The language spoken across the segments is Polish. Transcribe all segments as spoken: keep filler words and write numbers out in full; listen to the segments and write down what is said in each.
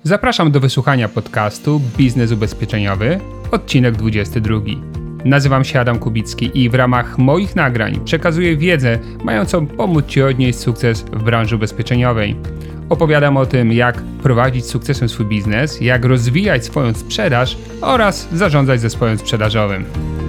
Zapraszam do wysłuchania podcastu Biznes Ubezpieczeniowy, odcinek dwudziesty drugi. Nazywam się Adam Kubicki i w ramach moich nagrań przekazuję wiedzę mającą pomóc Ci odnieść sukces w branży ubezpieczeniowej. Opowiadam o tym, jak prowadzić z sukcesem swój biznes, jak rozwijać swoją sprzedaż oraz zarządzać zespołem sprzedażowym.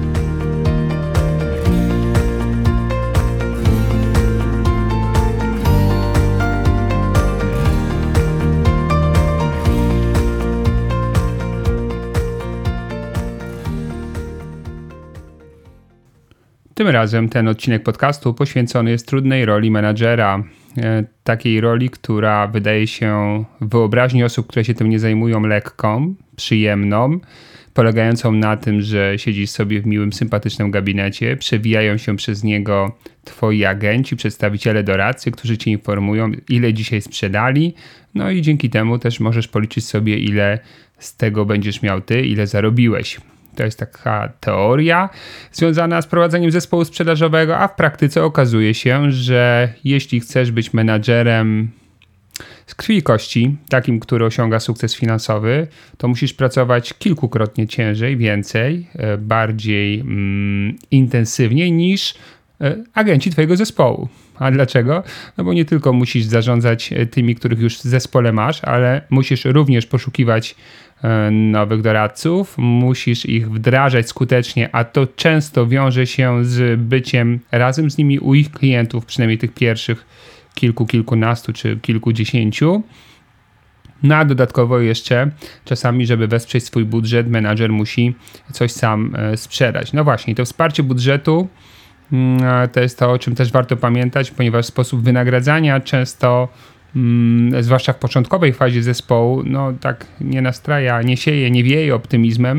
Tym razem ten odcinek podcastu poświęcony jest trudnej roli menadżera. Takiej roli, która wydaje się w wyobraźni osób, które się tym nie zajmują, lekką, przyjemną, polegającą na tym, że siedzisz sobie w miłym, sympatycznym gabinecie, przewijają się przez niego twoi agenci, przedstawiciele doradcy, którzy ci informują, ile dzisiaj sprzedali, no i dzięki temu też możesz policzyć sobie, ile z tego będziesz miał ty, ile zarobiłeś. To jest taka teoria związana z prowadzeniem zespołu sprzedażowego, a w praktyce okazuje się, że jeśli chcesz być menadżerem z krwi i kości, takim, który osiąga sukces finansowy, to musisz pracować kilkukrotnie ciężej, więcej, bardziej mm, intensywniej niż agenci twojego zespołu. A dlaczego? No bo nie tylko musisz zarządzać tymi, których już w zespole masz, ale musisz również poszukiwać nowych doradców, musisz ich wdrażać skutecznie, a to często wiąże się z byciem razem z nimi u ich klientów, przynajmniej tych pierwszych kilku, kilkunastu czy kilkudziesięciu. No a dodatkowo jeszcze czasami, żeby wesprzeć swój budżet, menadżer musi coś sam sprzedać. No właśnie, to wsparcie budżetu to jest to, o czym też warto pamiętać, ponieważ sposób wynagradzania często Hmm, zwłaszcza w początkowej fazie zespołu, no tak nie nastraja, nie sieje, nie wieje optymizmem.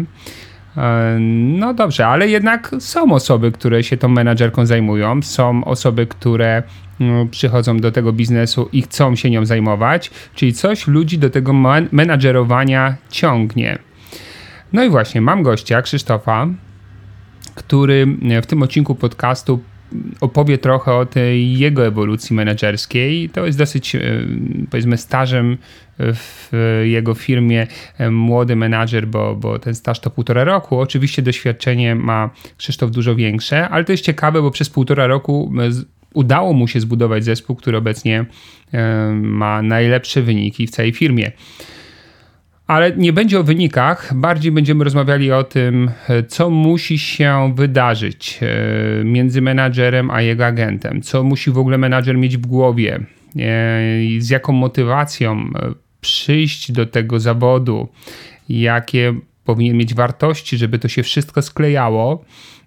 No dobrze, ale jednak są osoby, które się tą menadżerką zajmują, są osoby, które no, przychodzą do tego biznesu i chcą się nią zajmować, czyli coś ludzi do tego man- menadżerowania ciągnie. No i właśnie, mam gościa, Krzysztofa, który w tym odcinku podcastu opowie trochę o tej jego ewolucji menedżerskiej. To jest dosyć, powiedzmy, stażem w jego firmie młody menadżer, bo, bo ten staż to półtora roku. Oczywiście doświadczenie ma Krzysztof dużo większe, ale to jest ciekawe, bo przez półtora roku udało mu się zbudować zespół, który obecnie ma najlepsze wyniki w całej firmie. Ale nie będzie o wynikach, bardziej będziemy rozmawiali o tym, co musi się wydarzyć między menadżerem a jego agentem, co musi w ogóle menadżer mieć w głowie, z jaką motywacją przyjść do tego zawodu, jakie powinien mieć wartości, żeby to się wszystko sklejało.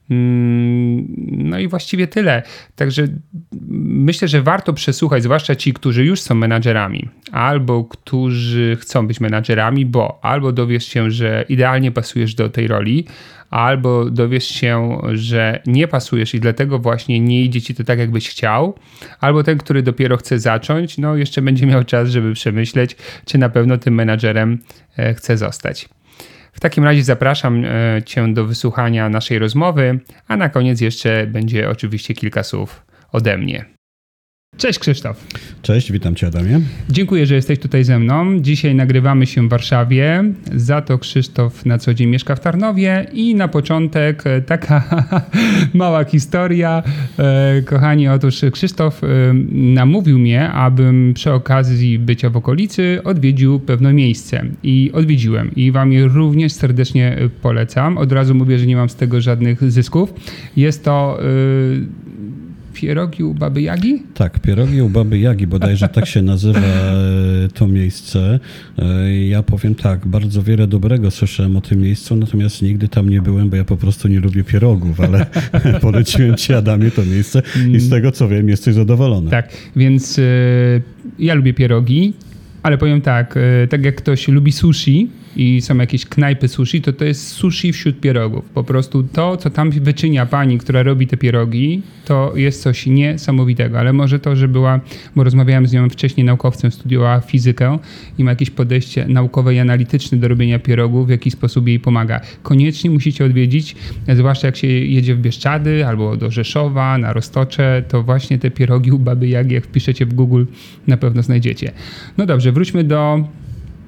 No i właściwie tyle. Także myślę, że warto przesłuchać, zwłaszcza ci, którzy już są menadżerami, albo którzy chcą być menadżerami, bo albo dowiesz się, że idealnie pasujesz do tej roli, albo dowiesz się, że nie pasujesz i dlatego właśnie nie idzie ci to tak, jakbyś chciał, albo ten, który dopiero chce zacząć, no jeszcze będzie miał czas, żeby przemyśleć, czy na pewno tym menadżerem chce zostać. W takim razie zapraszam Cię do wysłuchania naszej rozmowy, a na koniec jeszcze będzie oczywiście kilka słów ode mnie. Cześć Krzysztof. Cześć, witam Cię Adamie. Dziękuję, że jesteś tutaj ze mną. Dzisiaj nagrywamy się w Warszawie, za to Krzysztof na co dzień mieszka w Tarnowie i na początek taka mała historia. Kochani, otóż Krzysztof namówił mnie, abym przy okazji bycia w okolicy odwiedził pewne miejsce i odwiedziłem i Wam je również serdecznie polecam. Od razu mówię, że nie mam z tego żadnych zysków. Jest to Pierogi u Baby Jagi? Tak, Pierogi u Baby Jagi, bodajże tak się nazywa to miejsce. Ja powiem tak, bardzo wiele dobrego słyszałem o tym miejscu, natomiast nigdy tam nie byłem, bo ja po prostu nie lubię pierogów, ale poleciłem Ci, Adamie, to miejsce i z tego co wiem, jesteś zadowolony. Tak, więc y, ja lubię pierogi, ale powiem tak, y, tak jak ktoś lubi sushi i są jakieś knajpy sushi, to to jest sushi wśród pierogów. Po prostu to, co tam wyczynia pani, która robi te pierogi, to jest coś niesamowitego. Ale może to, że była, bo rozmawiałem z nią wcześniej, naukowcem, studiowała fizykę i ma jakieś podejście naukowe i analityczne do robienia pierogów, w jaki sposób jej pomaga. Koniecznie musicie odwiedzić, zwłaszcza jak się jedzie w Bieszczady albo do Rzeszowa, na Roztocze, to właśnie te pierogi u Baby Jagi, jak wpiszecie w Google, na pewno znajdziecie. No dobrze, wróćmy do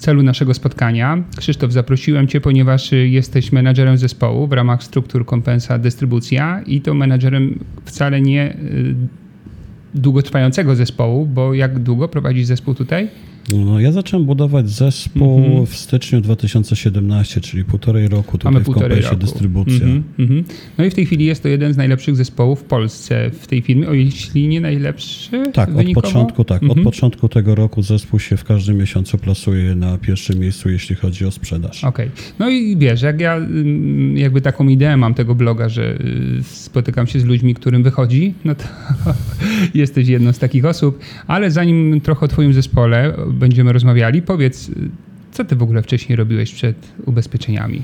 celu naszego spotkania. Krzysztof, zaprosiłem Cię, ponieważ jesteś menadżerem zespołu w ramach struktur Compensa Dystrybucja i to menadżerem wcale nie długotrwającego zespołu, bo jak długo prowadzisz zespół tutaj? No, ja zacząłem budować zespół mm-hmm. w styczniu dwa tysiące siedemnastym, czyli półtorej roku tutaj Mamy w Compensie Dystrybucja. Mm-hmm, mm-hmm. No i w tej chwili jest to jeden z najlepszych zespołów w Polsce w tej firmie, o jeśli nie najlepszy Tak, wynikowo? od początku, tak. Mm-hmm. Od początku tego roku zespół się w każdym miesiącu plasuje na pierwszym miejscu, jeśli chodzi o sprzedaż. Okej. Okay. No i wiesz, jak ja jakby taką ideę mam tego bloga, że spotykam się z ludźmi, którym wychodzi, no to jesteś jedną z takich osób, ale zanim trochę o twoim zespole będziemy rozmawiali, powiedz, co ty w ogóle wcześniej robiłeś przed ubezpieczeniami?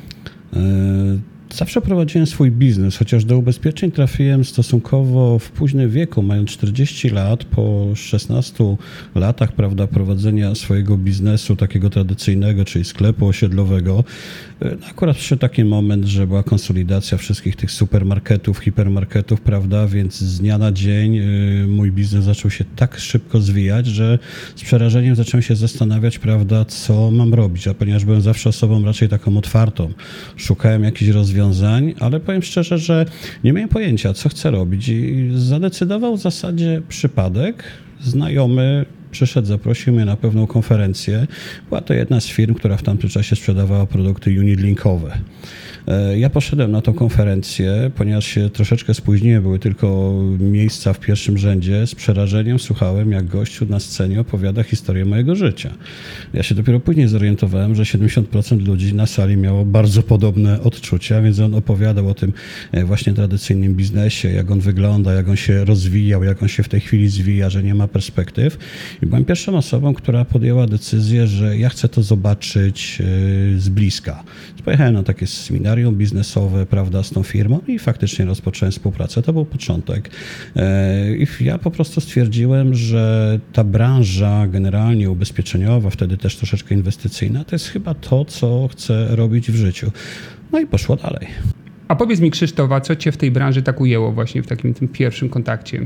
Zawsze prowadziłem swój biznes, chociaż do ubezpieczeń trafiłem stosunkowo w późnym wieku, mając czterdzieści lat, po szesnastu latach, prawda, prowadzenia swojego biznesu takiego tradycyjnego, czyli sklepu osiedlowego. Akurat przyszedł taki moment, że była konsolidacja wszystkich tych supermarketów, hipermarketów, prawda, więc z dnia na dzień mój biznes zaczął się tak szybko zwijać, że z przerażeniem zacząłem się zastanawiać, prawda, co mam robić, a ponieważ byłem zawsze osobą raczej taką otwartą, szukałem jakichś rozwiązań, ale powiem szczerze, że nie miałem pojęcia, co chcę robić i zadecydował w zasadzie przypadek. Znajomy przyszedł, zaprosił mnie na pewną konferencję. Była to jedna z firm, która w tamtym czasie sprzedawała produkty unit-linkowe. Ja poszedłem na tą konferencję, ponieważ się troszeczkę spóźniłem, były tylko miejsca w pierwszym rzędzie. Z przerażeniem słuchałem, jak gościu na scenie opowiada historię mojego życia. Ja się dopiero później zorientowałem, że siedemdziesiąt procent ludzi na sali miało bardzo podobne odczucia, więc on opowiadał o tym właśnie tradycyjnym biznesie, jak on wygląda, jak on się rozwijał, jak on się w tej chwili zwija, że nie ma perspektyw. I byłem pierwszą osobą, która podjęła decyzję, że ja chcę to zobaczyć z bliska. Pojechałem na takie seminarium biznesowe, prawda, z tą firmą i faktycznie rozpocząłem współpracę. To był początek. I ja po prostu stwierdziłem, że ta branża generalnie ubezpieczeniowa, wtedy też troszeczkę inwestycyjna, to jest chyba to, co chcę robić w życiu. No i poszło dalej. A powiedz mi, Krzysztof, co cię w tej branży tak ujęło właśnie w takim tym pierwszym kontakcie?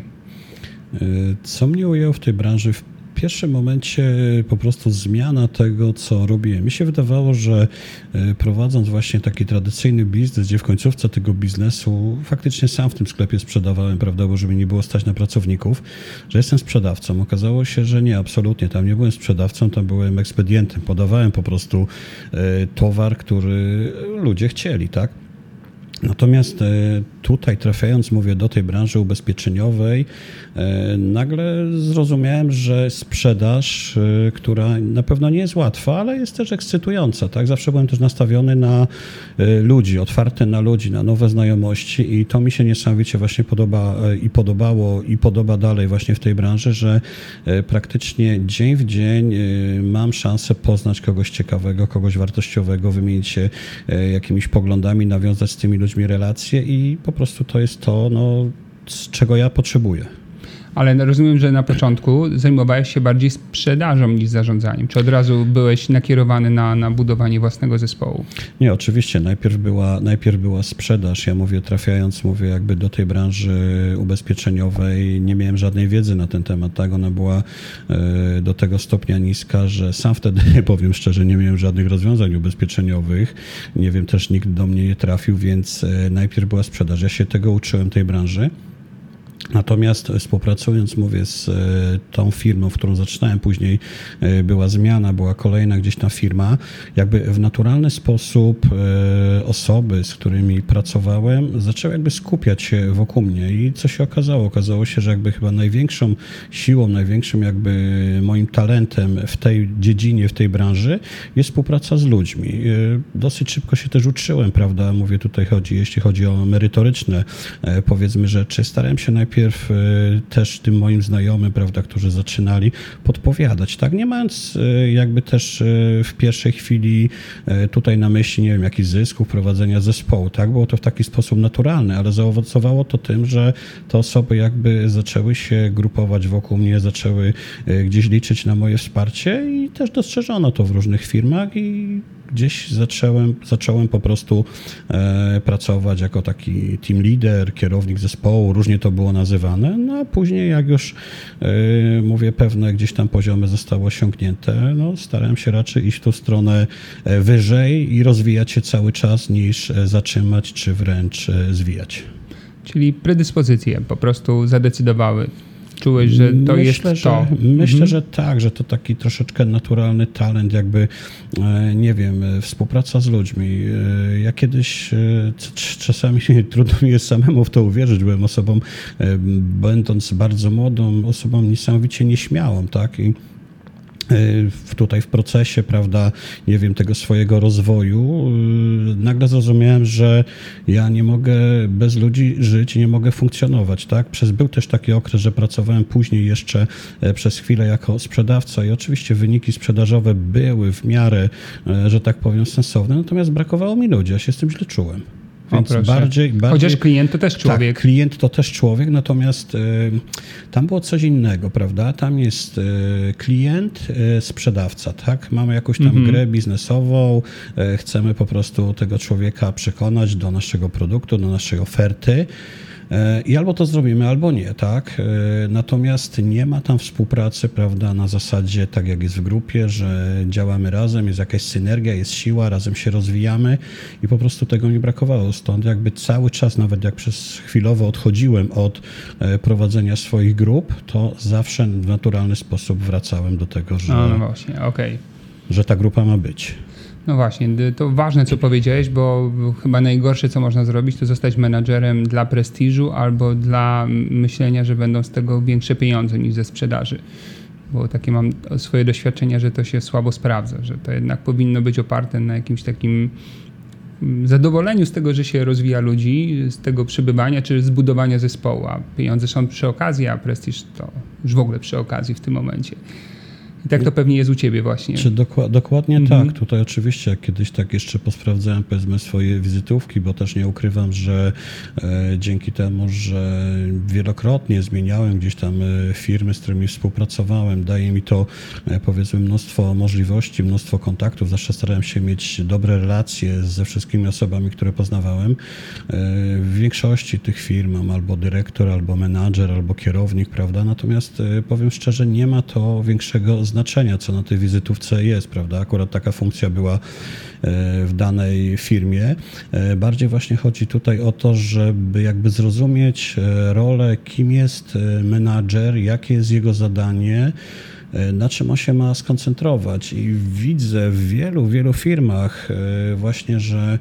Co mnie ujęło w tej branży? W W pierwszym momencie po prostu zmiana tego, co robiłem. Mi się wydawało, że prowadząc właśnie taki tradycyjny biznes, gdzie w końcówce tego biznesu faktycznie sam w tym sklepie sprzedawałem, prawda, bo żeby nie było stać na pracowników, że jestem sprzedawcą. Okazało się, że nie, absolutnie. Tam nie byłem sprzedawcą, tam byłem ekspedientem. Podawałem po prostu towar, który ludzie chcieli, tak? Natomiast tutaj trafiając, mówię, do tej branży ubezpieczeniowej, nagle zrozumiałem, że sprzedaż, która na pewno nie jest łatwa, ale jest też ekscytująca, tak? Zawsze byłem też nastawiony na ludzi, otwarty na ludzi, na nowe znajomości i to mi się niesamowicie właśnie podoba i podobało i podoba dalej właśnie w tej branży, że praktycznie dzień w dzień mam szansę poznać kogoś ciekawego, kogoś wartościowego, wymienić się jakimiś poglądami, nawiązać z tymi ludźmi relacje i po prostu to jest to, no, z czego ja potrzebuję. Ale rozumiem, że na początku zajmowałeś się bardziej sprzedażą niż zarządzaniem. Czy od razu byłeś nakierowany na, na budowanie własnego zespołu? Nie, oczywiście. Najpierw była, najpierw była sprzedaż. Ja mówię, trafiając, mówię, jakby do tej branży ubezpieczeniowej nie miałem żadnej wiedzy na ten temat. Tak, ona była y, do tego stopnia niska, że sam wtedy, powiem szczerze, nie miałem żadnych rozwiązań ubezpieczeniowych. Nie wiem, też nikt do mnie nie trafił, więc y, najpierw była sprzedaż. Ja się tego uczyłem, tej branży. Natomiast współpracując, mówię, z tą firmą, w którą zaczynałem, później była zmiana, była kolejna gdzieś ta firma, jakby w naturalny sposób osoby, z którymi pracowałem, zaczęły jakby skupiać się wokół mnie i co się okazało? Okazało się, że jakby chyba największą siłą, największym jakby moim talentem w tej dziedzinie, w tej branży jest współpraca z ludźmi. Dosyć szybko się też uczyłem, prawda? Mówię, tutaj chodzi, jeśli chodzi o merytoryczne, powiedzmy, rzeczy. Starałem się najpierw Najpierw też tym moim znajomym, prawda, którzy zaczynali, podpowiadać, tak, nie mając jakby też w pierwszej chwili tutaj na myśli, nie wiem, jakichś zysków, prowadzenia zespołu, tak, było to w taki sposób naturalny, ale zaowocowało to tym, że te osoby jakby zaczęły się grupować wokół mnie, zaczęły gdzieś liczyć na moje wsparcie i też dostrzeżono to w różnych firmach i gdzieś zacząłem, zacząłem po prostu e, pracować jako taki team leader, kierownik zespołu, różnie to było nazywane, no a później jak już e, mówię, pewne gdzieś tam poziomy zostały osiągnięte, no starałem się raczej iść w tą stronę wyżej i rozwijać się cały czas niż zatrzymać czy wręcz zwijać. Czyli predyspozycje po prostu zadecydowały. Czułeś, że to myślę, jest że, to. Myślę, mhm. że tak, że to taki troszeczkę naturalny talent, jakby, nie wiem, współpraca z ludźmi. Ja kiedyś, czasami trudno mi jest samemu w to uwierzyć, byłem osobą, będąc bardzo młodą, osobą niesamowicie nieśmiałą, tak? I tutaj w procesie, prawda, nie wiem, tego swojego rozwoju, nagle zrozumiałem, że ja nie mogę bez ludzi żyć, nie mogę funkcjonować, tak? Przez, był też taki okres, że pracowałem później jeszcze przez chwilę jako sprzedawca i oczywiście wyniki sprzedażowe były w miarę, że tak powiem, sensowne, natomiast brakowało mi ludzi, ja się z tym źle czułem. Więc bardziej, bardziej, Chociaż klient to też człowiek. Tak, klient to też człowiek, natomiast y, tam było coś innego, prawda? Tam jest y, klient, y, sprzedawca, tak? Mamy jakąś tam mm-hmm. grę biznesową, y, chcemy po prostu tego człowieka przekonać do naszego produktu, do naszej oferty. I albo to zrobimy, albo nie, tak? Natomiast nie ma tam współpracy, prawda, na zasadzie, tak jak jest w grupie, że działamy razem, jest jakaś synergia, jest siła, razem się rozwijamy i po prostu tego mi brakowało. Stąd jakby cały czas, nawet jak przez chwilowo odchodziłem od prowadzenia swoich grup, to zawsze w naturalny sposób wracałem do tego, że, no, no właśnie, okay. że ta grupa ma być. No właśnie, to ważne, co powiedziałeś, bo chyba najgorsze, co można zrobić, to zostać menadżerem dla prestiżu albo dla myślenia, że będą z tego większe pieniądze niż ze sprzedaży. Bo takie mam swoje doświadczenia, że to się słabo sprawdza, że to jednak powinno być oparte na jakimś takim zadowoleniu z tego, że się rozwija ludzi, z tego przybywania czy zbudowania zespołu. A pieniądze są przy okazji, a prestiż to już w ogóle przy okazji w tym momencie. I tak to pewnie jest u ciebie właśnie. Czy doku- dokładnie mhm. tak. Tutaj oczywiście jak kiedyś tak jeszcze posprawdzałem, powiedzmy, swoje wizytówki, bo też nie ukrywam, że e, dzięki temu, że wielokrotnie zmieniałem gdzieś tam e, firmy, z którymi współpracowałem, daje mi to e, powiedzmy mnóstwo możliwości, mnóstwo kontaktów. Zawsze starałem się mieć dobre relacje ze wszystkimi osobami, które poznawałem. E, w większości tych firm mam albo dyrektor, albo menadżer, albo kierownik, prawda? Natomiast e, powiem szczerze, nie ma to większego znaczenia, co na tej wizytówce jest, prawda? Akurat taka funkcja była w danej firmie. Bardziej właśnie chodzi tutaj o to, żeby jakby zrozumieć rolę, kim jest menadżer, jakie jest jego zadanie, na czym on się ma skoncentrować. I widzę w wielu, wielu firmach właśnie, że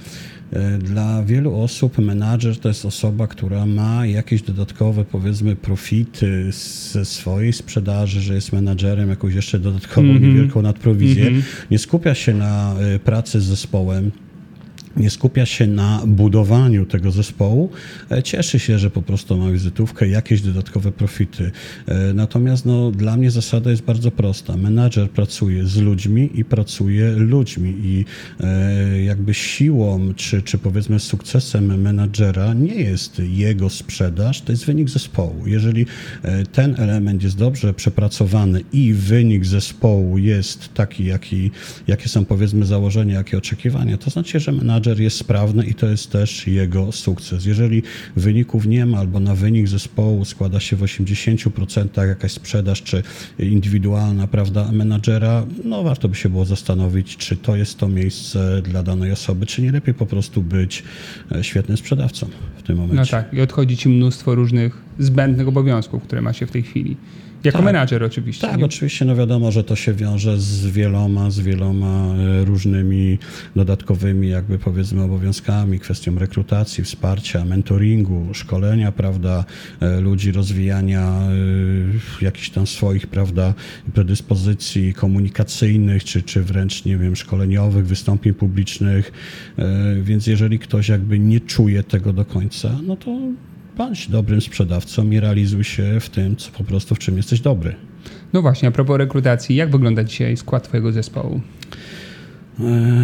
dla wielu osób menadżer to jest osoba, która ma jakieś dodatkowe, powiedzmy, profity ze swojej sprzedaży, że jest menadżerem, jakąś jeszcze dodatkową, mm-hmm. niewielką nadprowizję. Mm-hmm. Nie skupia się na pracy z zespołem, nie skupia się na budowaniu tego zespołu, cieszy się, że po prostu ma wizytówkę, jakieś dodatkowe profity. Natomiast no, dla mnie zasada jest bardzo prosta. Menadżer pracuje z ludźmi i pracuje ludźmi i jakby siłą, czy, czy powiedzmy sukcesem menadżera nie jest jego sprzedaż, to jest wynik zespołu. Jeżeli ten element jest dobrze przepracowany i wynik zespołu jest taki, jaki, jakie są powiedzmy założenia, jakie oczekiwania, to znaczy, że menadżer jest sprawny i to jest też jego sukces. Jeżeli wyników nie ma albo na wynik zespołu składa się w osiemdziesięciu procentach jakaś sprzedaż czy indywidualna, prawda, menadżera, no warto by się było zastanowić, czy to jest to miejsce dla danej osoby, czy nie lepiej po prostu być świetnym sprzedawcą w tym momencie. No tak, i odchodzi ci mnóstwo różnych zbędnych obowiązków, które ma się w tej chwili. Jako tak, menadżer oczywiście. Tak, nie? oczywiście, no wiadomo, że to się wiąże z wieloma, z wieloma różnymi dodatkowymi jakby powiedzmy obowiązkami, kwestią rekrutacji, wsparcia, mentoringu, szkolenia, prawda, ludzi, rozwijania jakichś tam swoich, prawda, predyspozycji komunikacyjnych, czy, czy wręcz, nie wiem, szkoleniowych, wystąpień publicznych, więc jeżeli ktoś jakby nie czuje tego do końca, no to bądź dobrym sprzedawcą i realizuj się w tym, co po prostu w czym jesteś dobry. No właśnie, a propos rekrutacji, jak wygląda dzisiaj skład twojego zespołu?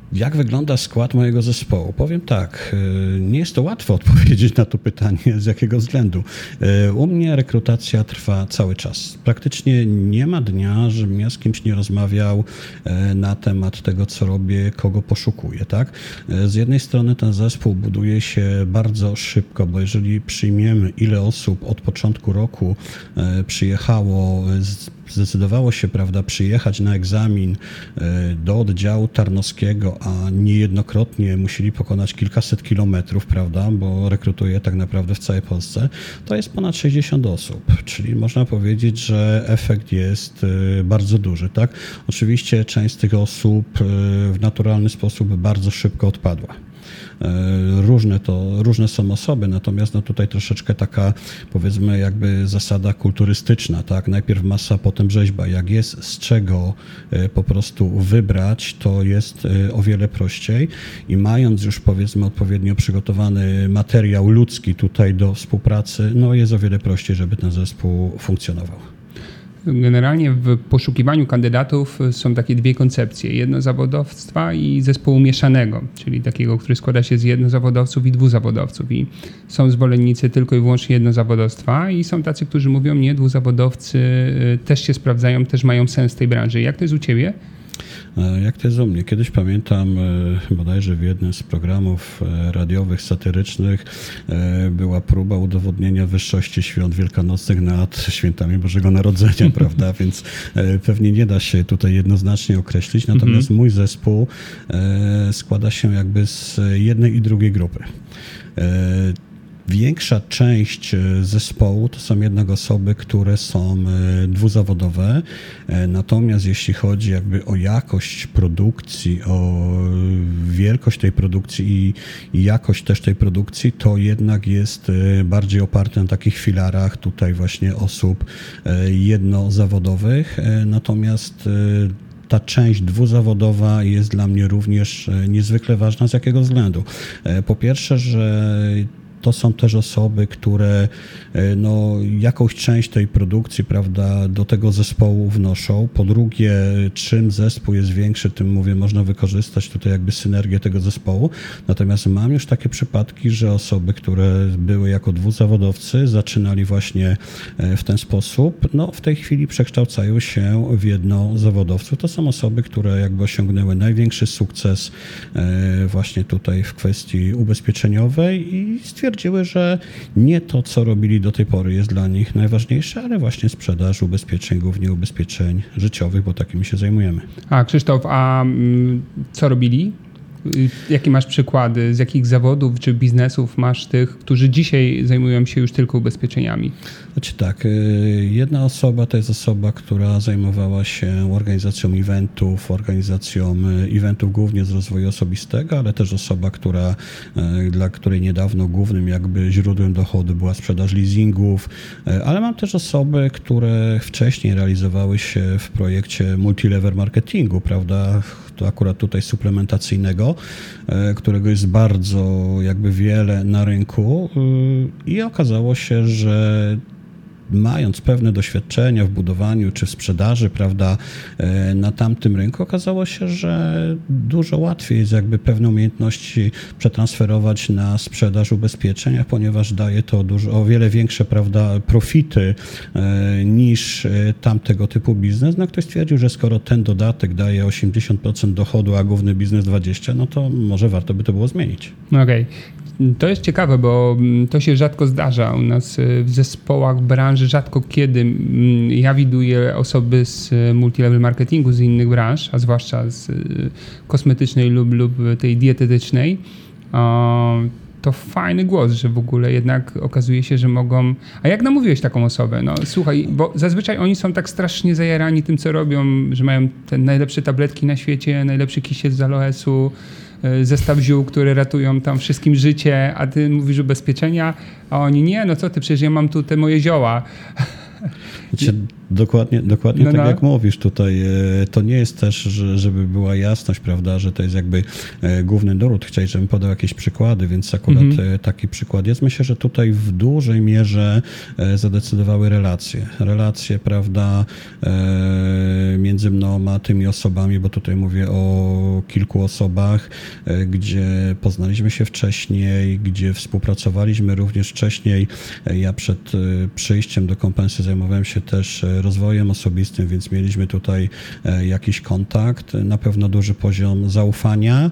Jak wygląda skład mojego zespołu? Powiem tak, nie jest to łatwo odpowiedzieć na to pytanie, z jakiego względu. U mnie rekrutacja trwa cały czas. Praktycznie nie ma dnia, żebym ja z kimś nie rozmawiał na temat tego, co robię, kogo poszukuję. Tak? Z jednej strony ten zespół buduje się bardzo szybko, bo jeżeli przyjmiemy, ile osób od początku roku przyjechało z zdecydowało się, prawda, przyjechać na egzamin do oddziału tarnowskiego, a niejednokrotnie musieli pokonać kilkaset kilometrów, prawda, bo rekrutuje tak naprawdę w całej Polsce, to jest ponad sześćdziesiąt osób, czyli można powiedzieć, że efekt jest bardzo duży, tak. Oczywiście część z tych osób w naturalny sposób bardzo szybko odpadła. Różne to, różne są osoby, natomiast no tutaj troszeczkę taka, powiedzmy, jakby zasada kulturystyczna, tak? Najpierw masa, potem rzeźba. Jak jest z czego po prostu wybrać, to jest o wiele prościej i mając już, powiedzmy, odpowiednio przygotowany materiał ludzki tutaj do współpracy, no jest o wiele prościej, żeby ten zespół funkcjonował. Generalnie w poszukiwaniu kandydatów są takie dwie koncepcje. Jednozawodowstwa i zespołu mieszanego, czyli takiego, który składa się z jednozawodowców i dwuzawodowców. I są zwolennicy tylko i wyłącznie jednozawodowstwa i są tacy, którzy mówią, nie, dwuzawodowcy też się sprawdzają, też mają sens w tej branży. Jak to jest u ciebie? Jak to jest u mnie? Kiedyś pamiętam, bodajże w jednym z programów radiowych, satyrycznych była próba udowodnienia wyższości świąt wielkanocnych nad świętami Bożego Narodzenia, prawda? Więc pewnie nie da się tutaj jednoznacznie określić. Natomiast mm-hmm. mój zespół składa się jakby z jednej i drugiej grupy. Większa część zespołu to są jednak osoby, które są dwuzawodowe, natomiast jeśli chodzi jakby o jakość produkcji, o wielkość tej produkcji i jakość też tej produkcji, to jednak jest bardziej oparte na takich filarach tutaj właśnie osób jednozawodowych, natomiast ta część dwuzawodowa jest dla mnie również niezwykle ważna. Z jakiego względu? Po pierwsze, że to są też osoby, które no, jakąś część tej produkcji, prawda, do tego zespołu wnoszą. Po drugie, czym zespół jest większy, tym mówię, można wykorzystać tutaj jakby synergię tego zespołu. Natomiast mam już takie przypadki, że osoby, które były jako dwuzawodowcy, zaczynali właśnie w ten sposób, no w tej chwili przekształcają się w jednozawodowców. To są osoby, które jakby osiągnęły największy sukces właśnie tutaj w kwestii ubezpieczeniowej i stwierdziły, że nie to, co robili do tej pory jest dla nich najważniejsze, ale właśnie sprzedaż ubezpieczeń, głównie ubezpieczeń życiowych, bo takimi się zajmujemy. A Krzysztof, a co robili? Jakie masz przykłady? Z jakich zawodów czy biznesów masz tych, którzy dzisiaj zajmują się już tylko ubezpieczeniami? Znaczy tak, jedna osoba to jest osoba, która zajmowała się organizacją eventów, organizacją eventów głównie z rozwoju osobistego, ale też osoba, która, dla której niedawno głównym jakby źródłem dochodu była sprzedaż leasingów, ale mam też osoby, które wcześniej realizowały się w projekcie multilevel marketingu, prawda? To akurat tutaj suplementacyjnego, którego jest bardzo jakby wiele na rynku i okazało się, że mając pewne doświadczenia w budowaniu czy w sprzedaży, prawda, na tamtym rynku, okazało się, że dużo łatwiej jest jakby pewne umiejętności przetransferować na sprzedaż ubezpieczeń, ponieważ daje to dużo, o wiele większe, prawda, profity niż tamtego typu biznes. No ktoś stwierdził, że skoro ten dodatek daje osiemdziesiąt procent dochodu, a główny biznes dwadzieścia procent, no to może warto by to było zmienić. Okej. Okay. To jest ciekawe, bo to się rzadko zdarza u nas w zespołach branży. Rzadko kiedy ja widuję osoby z multilevel marketingu z innych branż, a zwłaszcza z kosmetycznej lub, lub tej dietetycznej. To fajny głos, że w ogóle jednak okazuje się, że mogą... A jak namówiłeś taką osobę? No słuchaj, bo zazwyczaj oni są tak strasznie zajarani tym, co robią, że mają te najlepsze tabletki na świecie, najlepszy kisiel z aloesu, zestaw ziół, które ratują tam wszystkim życie, a ty mówisz ubezpieczenia, a oni nie, no co ty, przecież ja mam tu te moje zioła. Znaczy, Dokładnie, dokładnie no, tak no. jak mówisz tutaj. To nie jest też, że, żeby była jasność, prawda, że to jest jakby główny nurt. Chciałeś, żebym podał jakieś przykłady, więc akurat mhm. taki przykład jest. Myślę, że tutaj w dużej mierze zadecydowały relacje. Relacje, prawda, między mną a tymi osobami, bo tutaj mówię o kilku osobach, gdzie poznaliśmy się wcześniej, gdzie współpracowaliśmy również wcześniej. Ja przed przyjściem do Kompensy zajmowałem się też rozwojem osobistym, więc mieliśmy tutaj jakiś kontakt, na pewno duży poziom zaufania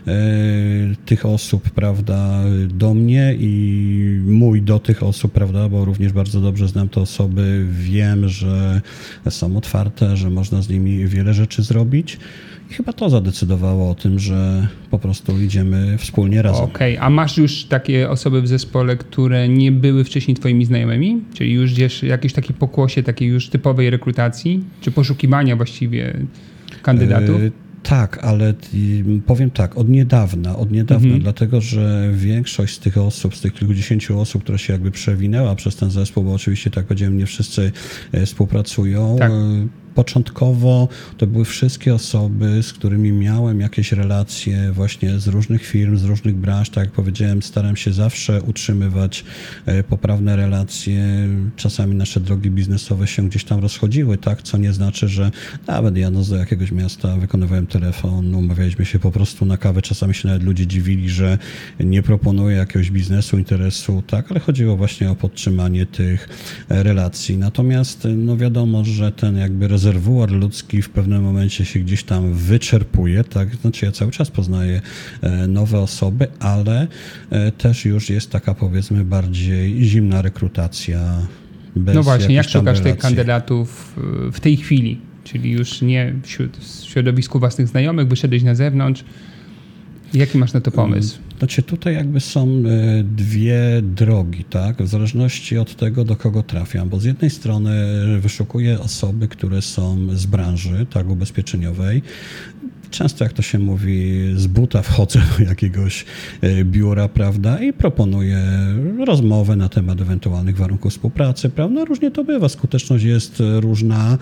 tych osób, prawda, do mnie i mój do tych osób, prawda, bo również bardzo dobrze znam te osoby, wiem, że są otwarte, że można z nimi wiele rzeczy zrobić. I chyba to zadecydowało o tym, że po prostu idziemy wspólnie razem. Okej, okay. A masz już takie osoby w zespole, które nie były wcześniej twoimi znajomymi? Czyli już gdzieś jakieś takie pokłosie takiej już typowej rekrutacji? Czy poszukiwania właściwie kandydatów? Yy, tak, ale powiem tak, od niedawna, od niedawna, mhm. dlatego, że większość z tych osób, z tych kilkudziesięciu osób, które się jakby przewinęła przez ten zespół, bo oczywiście, tak powiedziałem, nie wszyscy współpracują, tak. Początkowo to były wszystkie osoby, z którymi miałem jakieś relacje właśnie z różnych firm, z różnych branż. Tak jak powiedziałem, staram się zawsze utrzymywać poprawne relacje. Czasami nasze drogi biznesowe się gdzieś tam rozchodziły, tak, co nie znaczy, że nawet jadąc do jakiegoś miasta, wykonywałem telefon, umawialiśmy się po prostu na kawę. Czasami się nawet ludzie dziwili, że nie proponuję jakiegoś biznesu, interesu, tak, ale chodziło właśnie o podtrzymanie tych relacji. Natomiast no wiadomo, że ten jakby rezerwuar ludzki w pewnym momencie się gdzieś tam wyczerpuje, tak? Znaczy ja cały czas poznaję nowe osoby, ale też już jest taka, powiedzmy, bardziej zimna rekrutacja. Bez no właśnie, jak szukasz relacji. tych kandydatów w tej chwili? Czyli już nie wśród, w środowisku własnych znajomych, wyszedłeś na zewnątrz. Jaki masz na to pomysł? Znaczy tutaj jakby są dwie drogi, tak? W zależności od tego, do kogo trafiam, bo z jednej strony wyszukuję osoby, które są z branży, tak, ubezpieczeniowej. Często, jak to się mówi, z buta wchodzę do jakiegoś biura, prawda, i proponuję rozmowę na temat ewentualnych warunków współpracy, prawda. Różnie to bywa, skuteczność jest różna.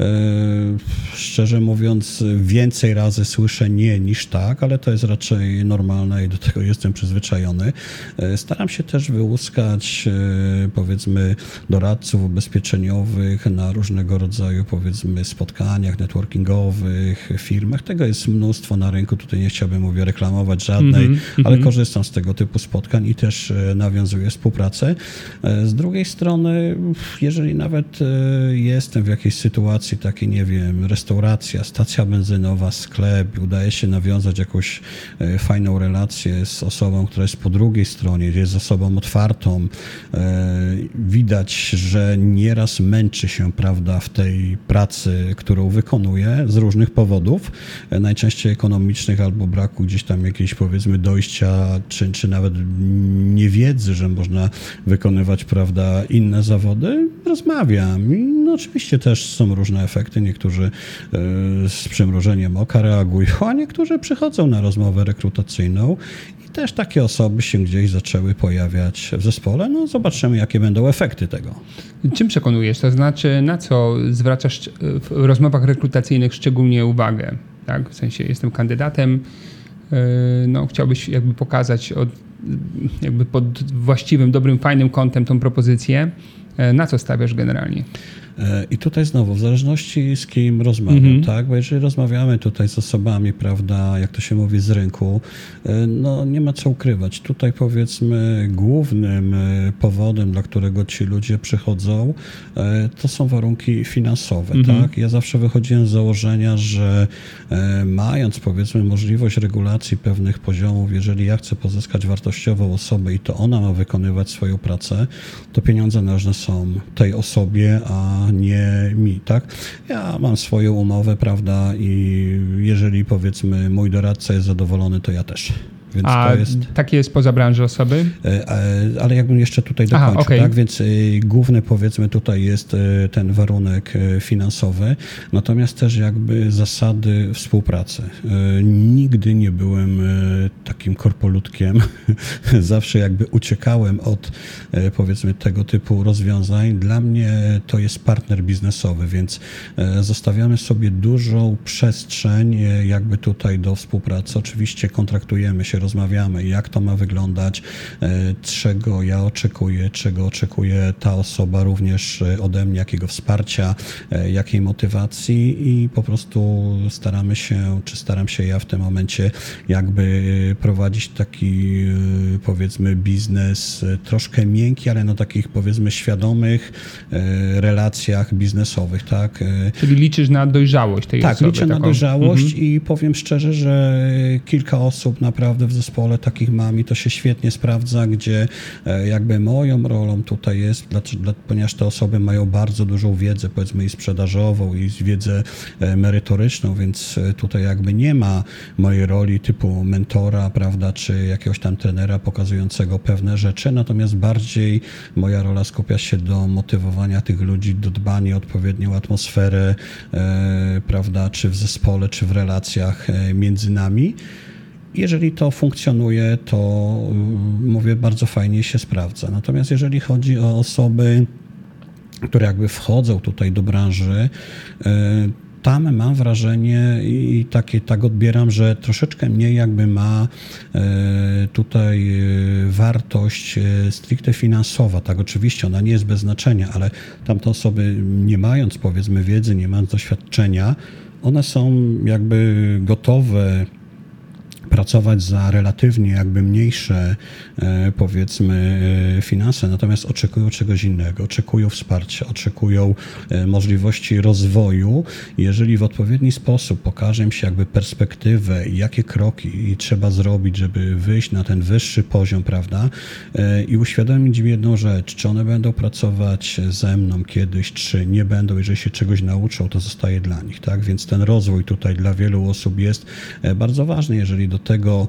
Szczerze mówiąc, więcej razy słyszę nie niż tak, ale to jest raczej normalne i do tego jestem przyzwyczajony. Staram się też wyłuskać, powiedzmy, doradców ubezpieczeniowych na różnego rodzaju, powiedzmy, spotkaniach networkingowych, firmach. Tego jest mnóstwo na rynku, tutaj nie chciałbym, mówię, reklamować żadnej, mm-hmm, ale mm-hmm. korzystam z tego typu spotkań i też nawiązuję współpracę. Z drugiej strony, jeżeli nawet jestem w jakiejś sytuacji takiej, nie wiem, restauracja, stacja benzynowa, sklep, udaje się nawiązać jakąś fajną relację z osobą, która jest po drugiej stronie, jest osobą otwartą, widać, że nieraz męczy się, prawda, w tej pracy, którą wykonuje z różnych powodów, najczęściej ekonomicznych albo braku gdzieś tam jakiejś, powiedzmy, dojścia, czy, czy nawet niewiedzy, że można wykonywać, prawda, inne zawody, rozmawiam. I no, oczywiście też są różne efekty. Niektórzy y, z przymrużeniem oka reagują, a niektórzy przychodzą na rozmowę rekrutacyjną i też takie osoby się gdzieś zaczęły pojawiać w zespole. No zobaczymy, jakie będą efekty tego. Czym przekonujesz? To znaczy, na co zwracasz w rozmowach rekrutacyjnych szczególnie uwagę? Tak? W sensie jestem kandydatem, no chciałbyś jakby pokazać od, jakby pod właściwym, dobrym, fajnym kątem tą propozycję. Na co stawiasz generalnie? I tutaj znowu, w zależności z kim rozmawiam, mm-hmm. tak? Bo jeżeli rozmawiamy tutaj z osobami, prawda, jak to się mówi, z rynku, no nie ma co ukrywać. Tutaj, powiedzmy, głównym powodem, dla którego ci ludzie przychodzą, to są warunki finansowe, mm-hmm. tak? Ja zawsze wychodziłem z założenia, że mając, powiedzmy, możliwość regulacji pewnych poziomów, jeżeli ja chcę pozyskać wartościową osobę i to ona ma wykonywać swoją pracę, to pieniądze należne są tej osobie, a nie mi, tak? Ja mam swoją umowę, prawda, i jeżeli, powiedzmy, mój doradca jest zadowolony, to ja też. Więc A to jest... takie jest poza branży osoby? Ale jakbym jeszcze tutaj dokończył, Aha, okay. tak? Więc główny powiedzmy tutaj jest ten warunek finansowy, natomiast też jakby zasady współpracy. Nigdy nie byłem takim korpolutkiem, zawsze jakby uciekałem od powiedzmy tego typu rozwiązań. Dla mnie to jest partner biznesowy, więc zostawiamy sobie dużą przestrzeń jakby tutaj do współpracy. Oczywiście kontraktujemy się, rozmawiamy, jak to ma wyglądać, czego ja oczekuję, czego oczekuje ta osoba również ode mnie, jakiego wsparcia, jakiej motywacji i po prostu staramy się, czy staram się ja w tym momencie jakby prowadzić taki powiedzmy biznes troszkę miękki, ale na takich powiedzmy świadomych relacjach biznesowych, tak? Czyli liczysz na dojrzałość tej tak, osoby. Tak, liczę taką... na dojrzałość mhm. i powiem szczerze, że kilka osób naprawdę w zespole takich mam i to się świetnie sprawdza, gdzie jakby moją rolą tutaj jest, ponieważ te osoby mają bardzo dużą wiedzę, powiedzmy i sprzedażową, i wiedzę merytoryczną, więc tutaj jakby nie ma mojej roli typu mentora, prawda, czy jakiegoś tam trenera pokazującego pewne rzeczy, natomiast bardziej moja rola skupia się do motywowania tych ludzi, do dbania o odpowiednią atmosferę, e, prawda, czy w zespole, czy w relacjach między nami. Jeżeli to funkcjonuje, to mówię, bardzo fajnie się sprawdza. Natomiast jeżeli chodzi o osoby, które jakby wchodzą tutaj do branży, tam mam wrażenie i takie, tak odbieram, że troszeczkę mniej jakby ma tutaj wartość stricte finansowa. Tak, oczywiście ona nie jest bez znaczenia, ale tamte osoby, nie mając powiedzmy wiedzy, nie mając doświadczenia, one są jakby gotowe pracować za relatywnie jakby mniejsze powiedzmy finanse, natomiast oczekują czegoś innego, oczekują wsparcia, oczekują możliwości rozwoju. Jeżeli w odpowiedni sposób pokaże im się jakby perspektywę i jakie kroki trzeba zrobić, żeby wyjść na ten wyższy poziom, prawda, i uświadomić im jedną rzecz, czy one będą pracować ze mną kiedyś, czy nie będą, jeżeli się czegoś nauczą, to zostaje dla nich, tak, więc ten rozwój tutaj dla wielu osób jest bardzo ważny, jeżeli do tego,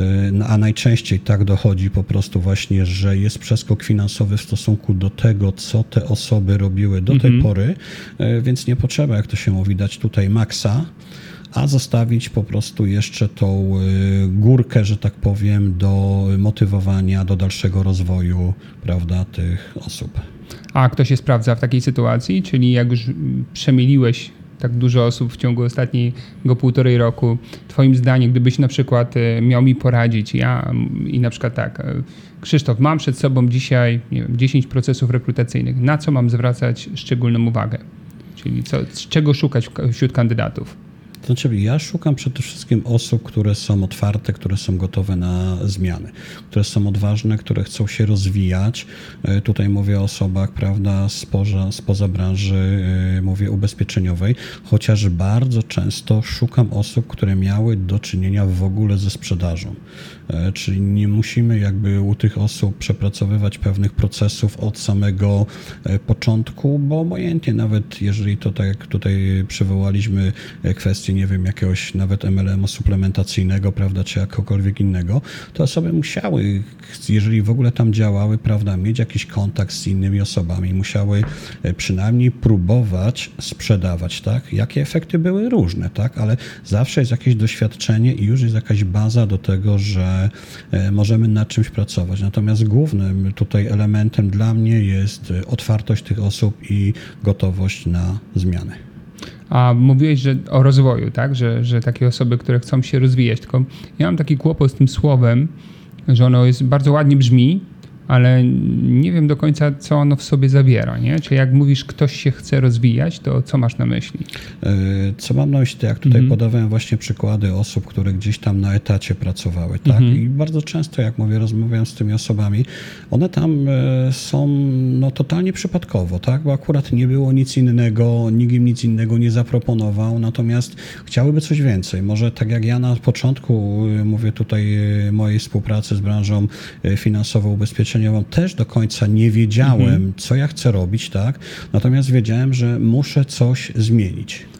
a najczęściej tak dochodzi po prostu właśnie, że jest przeskok finansowy w stosunku do tego, co te osoby robiły do tej mm-hmm. pory, więc nie potrzeba, jak to się mówi, dać tutaj maksa, a zostawić po prostu jeszcze tą górkę, że tak powiem, do motywowania, do dalszego rozwoju, prawda, tych osób. A kto się sprawdza w takiej sytuacji? Czyli jak już przemieliłeś tak dużo osób w ciągu ostatniego półtorej roku. Twoim zdaniem, gdybyś na przykład miał mi poradzić, ja i na przykład tak, Krzysztof, mam przed sobą dzisiaj, nie wiem, dziesięć procesów rekrutacyjnych. Na co mam zwracać szczególną uwagę? Czyli co, czego szukać wśród kandydatów? To znaczy, ja szukam przede wszystkim osób, które są otwarte, które są gotowe na zmiany, które są odważne, które chcą się rozwijać. Tutaj mówię o osobach, prawda, spoza, spoza branży, mówię ubezpieczeniowej, chociaż bardzo często szukam osób, które miały do czynienia w ogóle ze sprzedażą. Czyli nie musimy jakby u tych osób przepracowywać pewnych procesów od samego początku, bo obojętnie nawet jeżeli to tak jak tutaj przywołaliśmy kwestię, nie wiem, jakiegoś nawet M L M-u suplementacyjnego, prawda, czy jakokolwiek innego, to osoby musiały, jeżeli w ogóle tam działały, prawda, mieć jakiś kontakt z innymi osobami, musiały przynajmniej próbować sprzedawać, tak? Jakie efekty były różne, tak? Ale zawsze jest jakieś doświadczenie i już jest jakaś baza do tego, że możemy nad czymś pracować. Natomiast głównym tutaj elementem dla mnie jest otwartość tych osób i gotowość na zmiany. A mówiłeś, że o rozwoju, tak? Że, że takie osoby, które chcą się rozwijać. Tylko ja mam taki kłopot z tym słowem, że ono jest bardzo ładnie brzmi, ale nie wiem do końca, co ono w sobie zawiera, nie? Czy jak mówisz, ktoś się chce rozwijać, to co masz na myśli? Co mam na myśli? Jak tutaj mm-hmm. podawałem właśnie przykłady osób, które gdzieś tam na etacie pracowały, tak? Mm-hmm. I bardzo często, jak mówię, rozmawiam z tymi osobami, one tam są no, totalnie przypadkowo, tak? Bo akurat nie było nic innego, nikt im nic innego nie zaproponował, natomiast chciałyby coś więcej. Może tak jak ja na początku, mówię tutaj mojej współpracy z branżą finansową, ubezpieczeniową, też do końca nie wiedziałem, mhm. co ja chcę robić, tak? Natomiast wiedziałem, że muszę coś zmienić.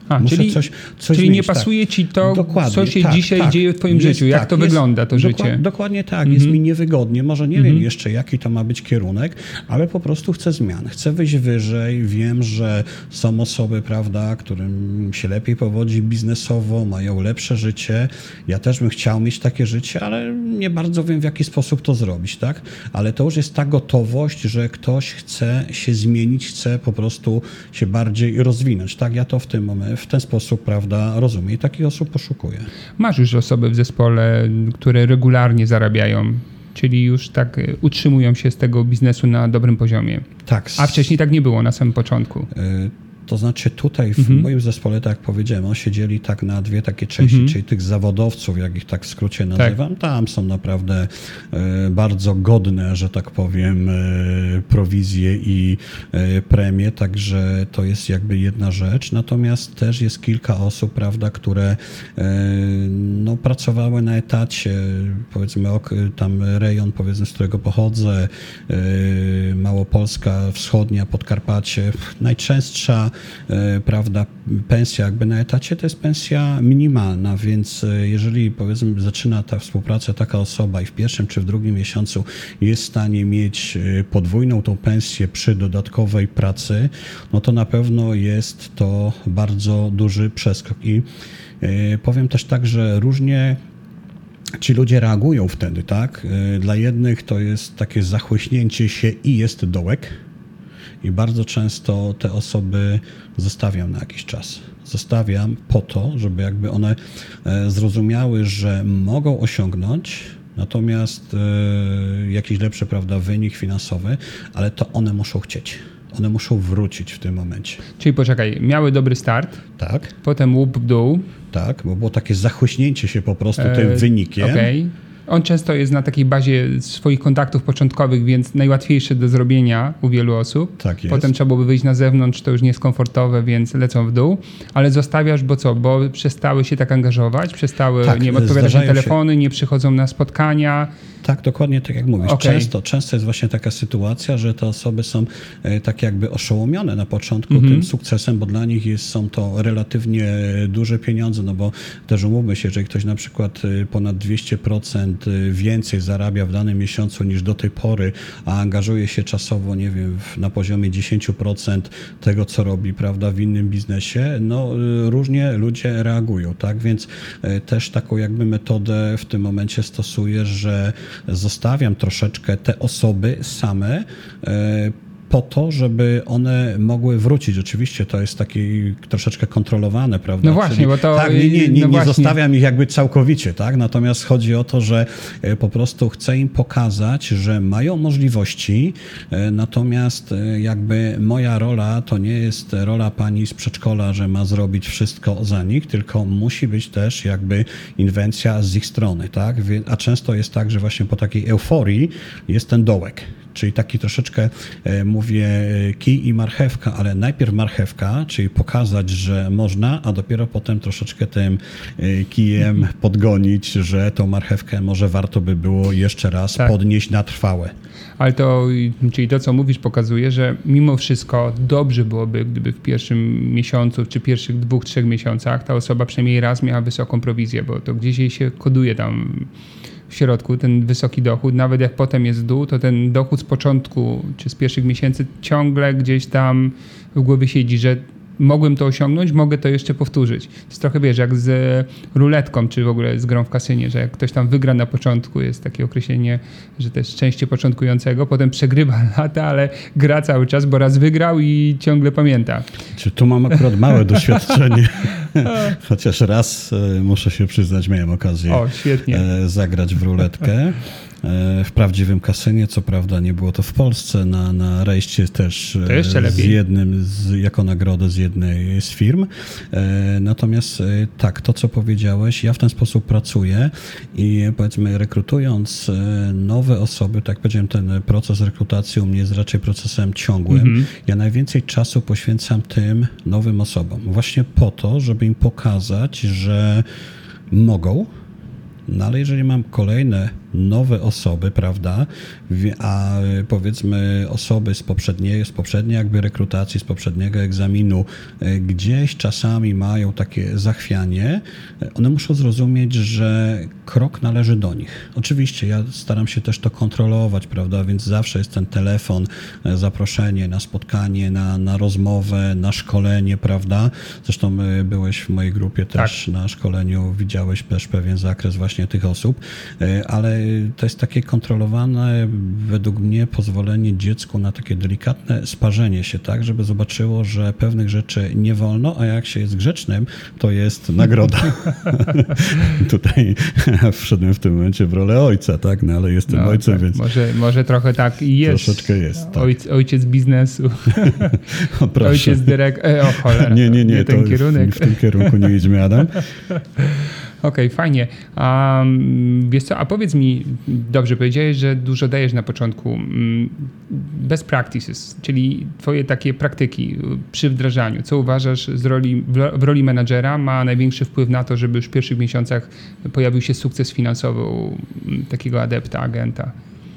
A, Muszę czyli coś, coś czyli zmienić. nie pasuje tak. ci to, dokładnie, co się tak, dzisiaj tak. dzieje w twoim jest, życiu, jak tak, to jest, wygląda to dokład, życie. Dokładnie tak, mhm. jest mi niewygodnie, może nie mhm. wiem jeszcze jaki to ma być kierunek, ale po prostu chcę zmian. Chcę wyjść wyżej, wiem, że są osoby, prawda, którym się lepiej powodzi biznesowo, mają lepsze życie. Ja też bym chciał mieć takie życie, ale nie bardzo wiem, w jaki sposób to zrobić, tak? Ale to już jest ta gotowość, że ktoś chce się zmienić, chce po prostu się bardziej rozwinąć, tak? Ja to w tym momencie, w ten sposób, prawda, rozumiem i takich osób poszukuję. Masz już osoby w zespole, które regularnie zarabiają, czyli już tak utrzymują się z tego biznesu na dobrym poziomie. Tak. A wcześniej tak nie było na samym początku. Y- To znaczy tutaj w mhm. moim zespole, tak jak powiedziałem, on się dzieli tak na dwie takie części, mhm. czyli tych zawodowców, jak ich tak w skrócie nazywam, tak. Tam są naprawdę e, bardzo godne, że tak powiem, e, prowizje i e, premie, także to jest jakby jedna rzecz. Natomiast też jest kilka osób, prawda, które e, no, pracowały na etacie, powiedzmy ok, tam rejon, powiedzmy, z którego pochodzę, e, Małopolska Wschodnia, Podkarpacie, najczęstsza prawda, pensja jakby na etacie to jest pensja minimalna, więc jeżeli powiedzmy zaczyna ta współpraca taka osoba i w pierwszym czy w drugim miesiącu jest w stanie mieć podwójną tą pensję przy dodatkowej pracy, no to na pewno jest to bardzo duży przeskok i powiem też tak, że różnie ci ludzie reagują wtedy, tak? Dla jednych to jest takie zachłyśnięcie się i jest dołek. I bardzo często te osoby zostawiam na jakiś czas. Zostawiam po to, żeby jakby one zrozumiały, że mogą osiągnąć natomiast jakiś lepszy, prawda, wynik finansowy, ale to one muszą chcieć. One muszą wrócić w tym momencie. Czyli poczekaj, miały dobry start, tak, potem łup w dół. Tak, bo było takie zachłyśnięcie się po prostu tym e, wynikiem. Okay. On często jest na takiej bazie swoich kontaktów początkowych, więc najłatwiejszy do zrobienia u wielu osób. Tak jest. Potem trzeba byłoby wyjść na zewnątrz, to już nie jest komfortowe, więc lecą w dół. Ale zostawiasz, bo co? Bo przestały się tak angażować, przestały, tak, nie wiem, odpowiadać na telefony, się. nie przychodzą na spotkania. Tak, dokładnie tak jak mówisz. Okay. Często, często jest właśnie taka sytuacja, że te osoby są e, tak jakby oszołomione na początku mm-hmm. tym sukcesem, bo dla nich jest, są to relatywnie duże pieniądze, no bo też umówmy się, jeżeli ktoś na przykład ponad dwieście procent więcej zarabia w danym miesiącu niż do tej pory, a angażuje się czasowo, nie wiem, na poziomie dziesięć procent tego, co robi, prawda, w innym biznesie, no różnie ludzie reagują, tak? Więc e, też taką jakby metodę w tym momencie stosuję, że zostawiam troszeczkę te osoby same po to, żeby one mogły wrócić. Oczywiście to jest takie troszeczkę kontrolowane, prawda? No właśnie, Czyli, bo to... Tak, nie, nie, nie, no nie zostawiam ich jakby całkowicie, tak? Natomiast chodzi o to, że po prostu chcę im pokazać, że mają możliwości, natomiast jakby moja rola to nie jest rola pani z przedszkola, że ma zrobić wszystko za nich, tylko musi być też jakby inwencja z ich strony, tak? A często jest tak, że właśnie po takiej euforii jest ten dołek. Czyli taki troszeczkę, e, mówię, kij i marchewka, ale najpierw marchewka, czyli pokazać, że można, a dopiero potem troszeczkę tym e, kijem podgonić, że tą marchewkę może warto by było jeszcze raz tak. podnieść na trwałe. Ale to, czyli to, co mówisz, pokazuje, że mimo wszystko dobrze byłoby, gdyby w pierwszym miesiącu, czy pierwszych dwóch, trzech miesiącach ta osoba przynajmniej raz miała wysoką prowizję, bo to gdzieś jej się koduje tam w środku, ten wysoki dochód, nawet jak potem jest dół, to ten dochód z początku, czy z pierwszych miesięcy ciągle gdzieś tam w głowie siedzi, że mogłem to osiągnąć, mogę to jeszcze powtórzyć. To jest trochę, wiesz, jak z ruletką, czy w ogóle z grą w kasynie, że jak ktoś tam wygra na początku, jest takie określenie, że to jest szczęście początkującego, potem przegrywa lata, ale gra cały czas, bo raz wygrał i ciągle pamięta. Czy tu mam akurat małe doświadczenie, chociaż raz, muszę się przyznać, miałem okazję o, świetnie. zagrać w ruletkę. W prawdziwym kasynie, co prawda nie było to w Polsce, na, na rejście też z jednym, z, jako nagrodę z jednej z firm. Natomiast tak, to co powiedziałeś, ja w ten sposób pracuję i powiedzmy rekrutując nowe osoby, tak jak powiedziałem, ten proces rekrutacji u mnie jest raczej procesem ciągłym. Mhm. Ja najwięcej czasu poświęcam tym nowym osobom. Właśnie po to, żeby im pokazać, że mogą. No ale jeżeli mam kolejne nowe osoby, prawda, a powiedzmy osoby z poprzedniej, z poprzedniej jakby rekrutacji, z poprzedniego egzaminu gdzieś czasami mają takie zachwianie, one muszą zrozumieć, że krok należy do nich. Oczywiście ja staram się też to kontrolować, prawda, więc zawsze jest ten telefon, zaproszenie na spotkanie, na, na rozmowę, na szkolenie, prawda, zresztą byłeś w mojej grupie też tak. Na szkoleniu, widziałeś też pewien zakres właśnie tych osób, ale to jest takie kontrolowane, według mnie, pozwolenie dziecku na takie delikatne sparzenie się, tak, żeby zobaczyło, że pewnych rzeczy nie wolno, a jak się jest grzecznym, to jest nagroda. Tutaj wszedłem w tym momencie w rolę ojca, tak, no ale jestem no, ojcem, tak. więc... Może, może trochę tak i jest. Troszeczkę jest, tak. Ojc, ojciec biznesu. O, ojciec dyrekt... E, o cholera. Nie, nie, nie, nie ten to kierunek. W, w tym kierunku nie idźmy, Adam. Okej, okay, fajnie. Um, wiesz co, a powiedz mi, dobrze powiedziałeś, że dużo dajesz na początku. Best practices, czyli twoje takie praktyki przy wdrażaniu. Co uważasz z roli, w roli menadżera ma największy wpływ na to, żeby już w pierwszych miesiącach pojawił się sukces finansowy u takiego adepta, agenta?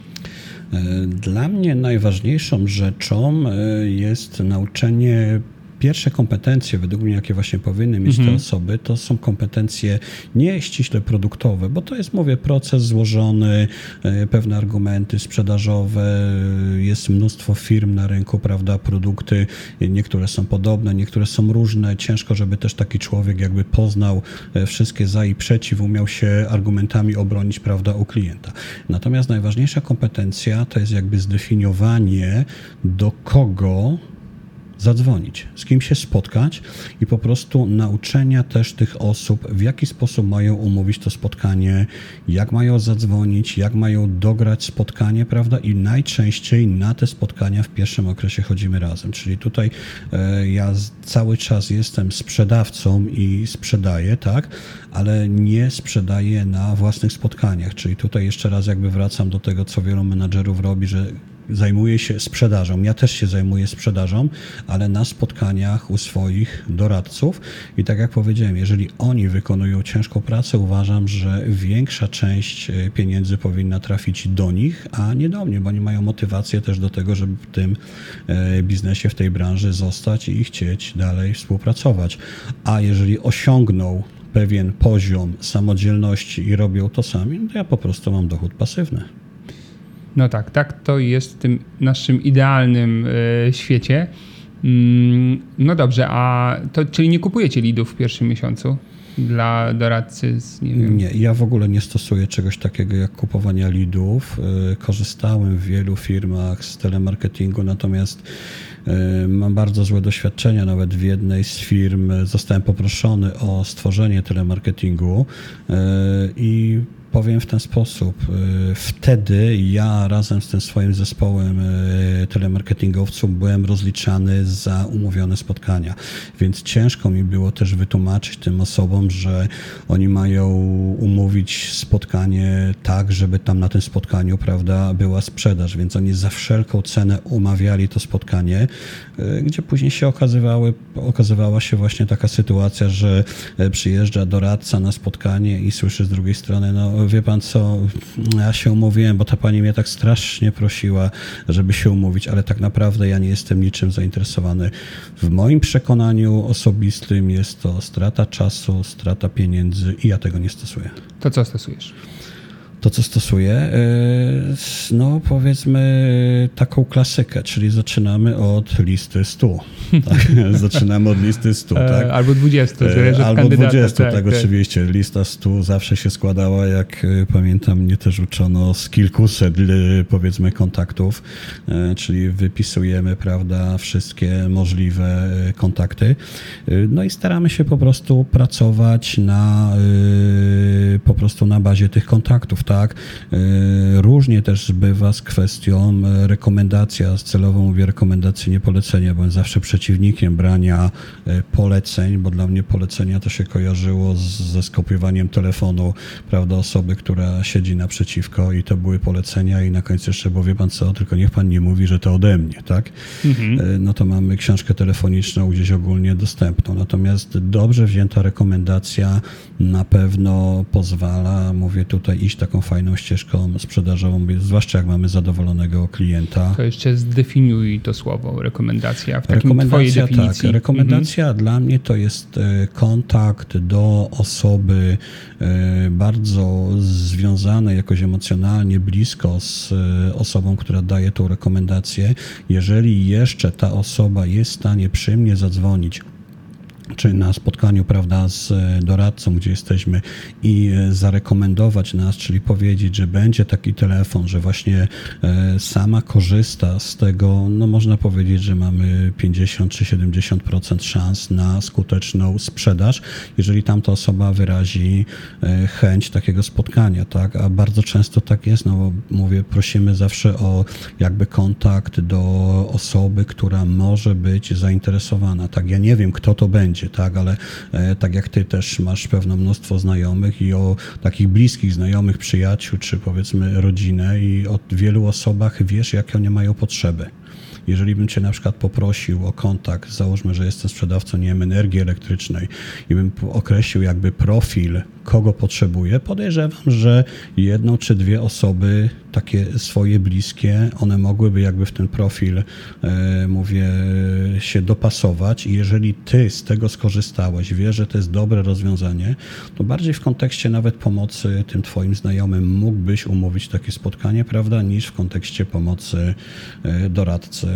Dla mnie najważniejszą rzeczą jest nauczenie. Pierwsze kompetencje, według mnie, jakie właśnie powinny mieć te osoby, to są kompetencje nie ściśle produktowe, bo to jest, mówię, proces złożony, pewne argumenty sprzedażowe, jest mnóstwo firm na rynku, prawda, produkty, niektóre są podobne, niektóre są różne, ciężko, żeby też taki człowiek jakby poznał wszystkie za i przeciw, umiał się argumentami obronić, prawda, u klienta. Natomiast najważniejsza kompetencja to jest jakby zdefiniowanie, do kogo zadzwonić, z kim się spotkać i po prostu nauczenia też tych osób, w jaki sposób mają umówić to spotkanie, jak mają zadzwonić, jak mają dograć spotkanie, prawda, i najczęściej na te spotkania w pierwszym okresie chodzimy razem, czyli tutaj e, ja cały czas jestem sprzedawcą i sprzedaję, tak, ale nie sprzedaję na własnych spotkaniach, czyli tutaj jeszcze raz jakby wracam do tego, co wielu menadżerów robi, że zajmuje się sprzedażą. Ja też się zajmuję sprzedażą, ale na spotkaniach u swoich doradców i tak jak powiedziałem, jeżeli oni wykonują ciężką pracę, uważam, że większa część pieniędzy powinna trafić do nich, a nie do mnie, bo oni mają motywację też do tego, żeby w tym biznesie, w tej branży zostać i chcieć dalej współpracować. A jeżeli osiągną pewien poziom samodzielności i robią to sami, no to ja po prostu mam dochód pasywny. No tak, tak to jest w tym naszym idealnym y, świecie. Mm, no dobrze, a to czyli nie kupujecie leadów w pierwszym miesiącu dla doradcy z, nie wiem... Nie, ja w ogóle nie stosuję czegoś takiego jak kupowania leadów. Y, korzystałem w wielu firmach z telemarketingu, natomiast y, mam bardzo złe doświadczenia. Nawet w jednej z firm zostałem poproszony o stworzenie telemarketingu y, i powiem w ten sposób, wtedy ja razem z tym swoim zespołem telemarketingowców byłem rozliczany za umówione spotkania, więc ciężko mi było też wytłumaczyć tym osobom, że oni mają umówić spotkanie tak, żeby tam na tym spotkaniu, prawda, była sprzedaż, więc oni za wszelką cenę umawiali to spotkanie, gdzie później się okazywały, okazywała się właśnie taka sytuacja, że przyjeżdża doradca na spotkanie i słyszy z drugiej strony, no wie pan co, ja się umówiłem, bo ta pani mnie tak strasznie prosiła, żeby się umówić, ale tak naprawdę ja nie jestem niczym zainteresowany. W moim przekonaniu osobistym jest to strata czasu, strata pieniędzy i ja tego nie stosuję. To co stosujesz? To, co stosuję, no powiedzmy taką klasykę, czyli zaczynamy od listy stu. Tak? Zaczynamy od listy stu, tak? Albo dwudziestu, zależy od Albo kandydata. dwudziestu, tak, tak, tak, oczywiście. Lista stu zawsze się składała, jak pamiętam, mnie też uczono z kilkuset, powiedzmy, kontaktów, czyli wypisujemy, prawda, wszystkie możliwe kontakty. No i staramy się po prostu pracować na, po prostu na bazie tych kontaktów, tak? Różnie też bywa z kwestią rekomendacja, celowo mówię rekomendacje, nie polecenia, byłem zawsze przeciwnikiem brania poleceń, bo dla mnie polecenia to się kojarzyło z, ze skopiowaniem telefonu, prawda, osoby, która siedzi naprzeciwko i to były polecenia i na końcu jeszcze, bo wie pan co, tylko niech pan nie mówi, że to ode mnie, tak? Mhm. No to mamy książkę telefoniczną gdzieś ogólnie dostępną, natomiast dobrze wzięta rekomendacja na pewno pozwala, mówię tutaj, iść taką taką fajną ścieżką sprzedażową, zwłaszcza jak mamy zadowolonego klienta. To jeszcze zdefiniuj to słowo, rekomendacja, w takim rekomendacja, twojej definicji. Tak, rekomendacja mhm. dla mnie to jest kontakt do osoby bardzo związanej jakoś emocjonalnie blisko z osobą, która daje tą rekomendację. Jeżeli jeszcze ta osoba jest w stanie przy mnie zadzwonić, czy na spotkaniu, prawda, z doradcą, gdzie jesteśmy i zarekomendować nas, czyli powiedzieć, że będzie taki telefon, że właśnie sama korzysta z tego, no można powiedzieć, że mamy pięćdziesiąt czy siedemdziesiąt procent szans na skuteczną sprzedaż, jeżeli tamta osoba wyrazi chęć takiego spotkania, tak, a bardzo często tak jest, no bo mówię, prosimy zawsze o jakby kontakt do osoby, która może być zainteresowana, tak, ja nie wiem, kto to będzie, tak, ale e, tak jak ty też masz pewne mnóstwo znajomych i o takich bliskich znajomych, przyjaciół, czy powiedzmy rodzinę i o wielu osobach wiesz, jakie one mają potrzeby. Jeżeli bym cię na przykład poprosił o kontakt, załóżmy, że jestem sprzedawcą, nie wiem, energii elektrycznej i bym określił jakby profil, kogo potrzebuję, podejrzewam, że jedną czy dwie osoby takie swoje bliskie, one mogłyby jakby w ten profil, e, mówię, się dopasować i jeżeli ty z tego skorzystałeś, wiesz, że to jest dobre rozwiązanie, to bardziej w kontekście nawet pomocy tym twoim znajomym mógłbyś umówić takie spotkanie, prawda, niż w kontekście pomocy e, doradcy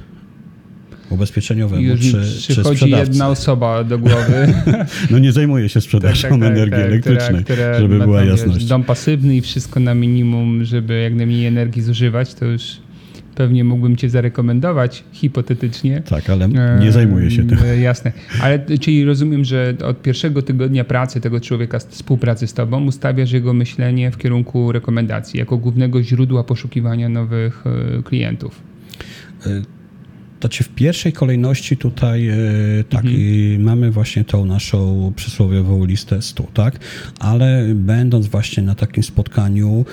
ubezpieczeniowemu Już czy, przychodzi czy sprzedawcy. Jedna osoba do głowy. No nie zajmuje się sprzedażą tak, tak, tak, energii tak, elektrycznej, która, która żeby była jasność. Wiesz, dom pasywny i wszystko na minimum, żeby jak najmniej energii zużywać, to już pewnie mógłbym cię zarekomendować hipotetycznie. Tak, ale nie zajmuję się tym. E, jasne. Ale czyli rozumiem, że od pierwszego tygodnia pracy tego człowieka, współpracy z tobą, ustawiasz jego myślenie w kierunku rekomendacji, jako głównego źródła poszukiwania nowych e, klientów. Y- To czy w pierwszej kolejności tutaj tak, mhm. mamy właśnie tą naszą przysłowiową listę stu, tak? Ale będąc właśnie na takim spotkaniu,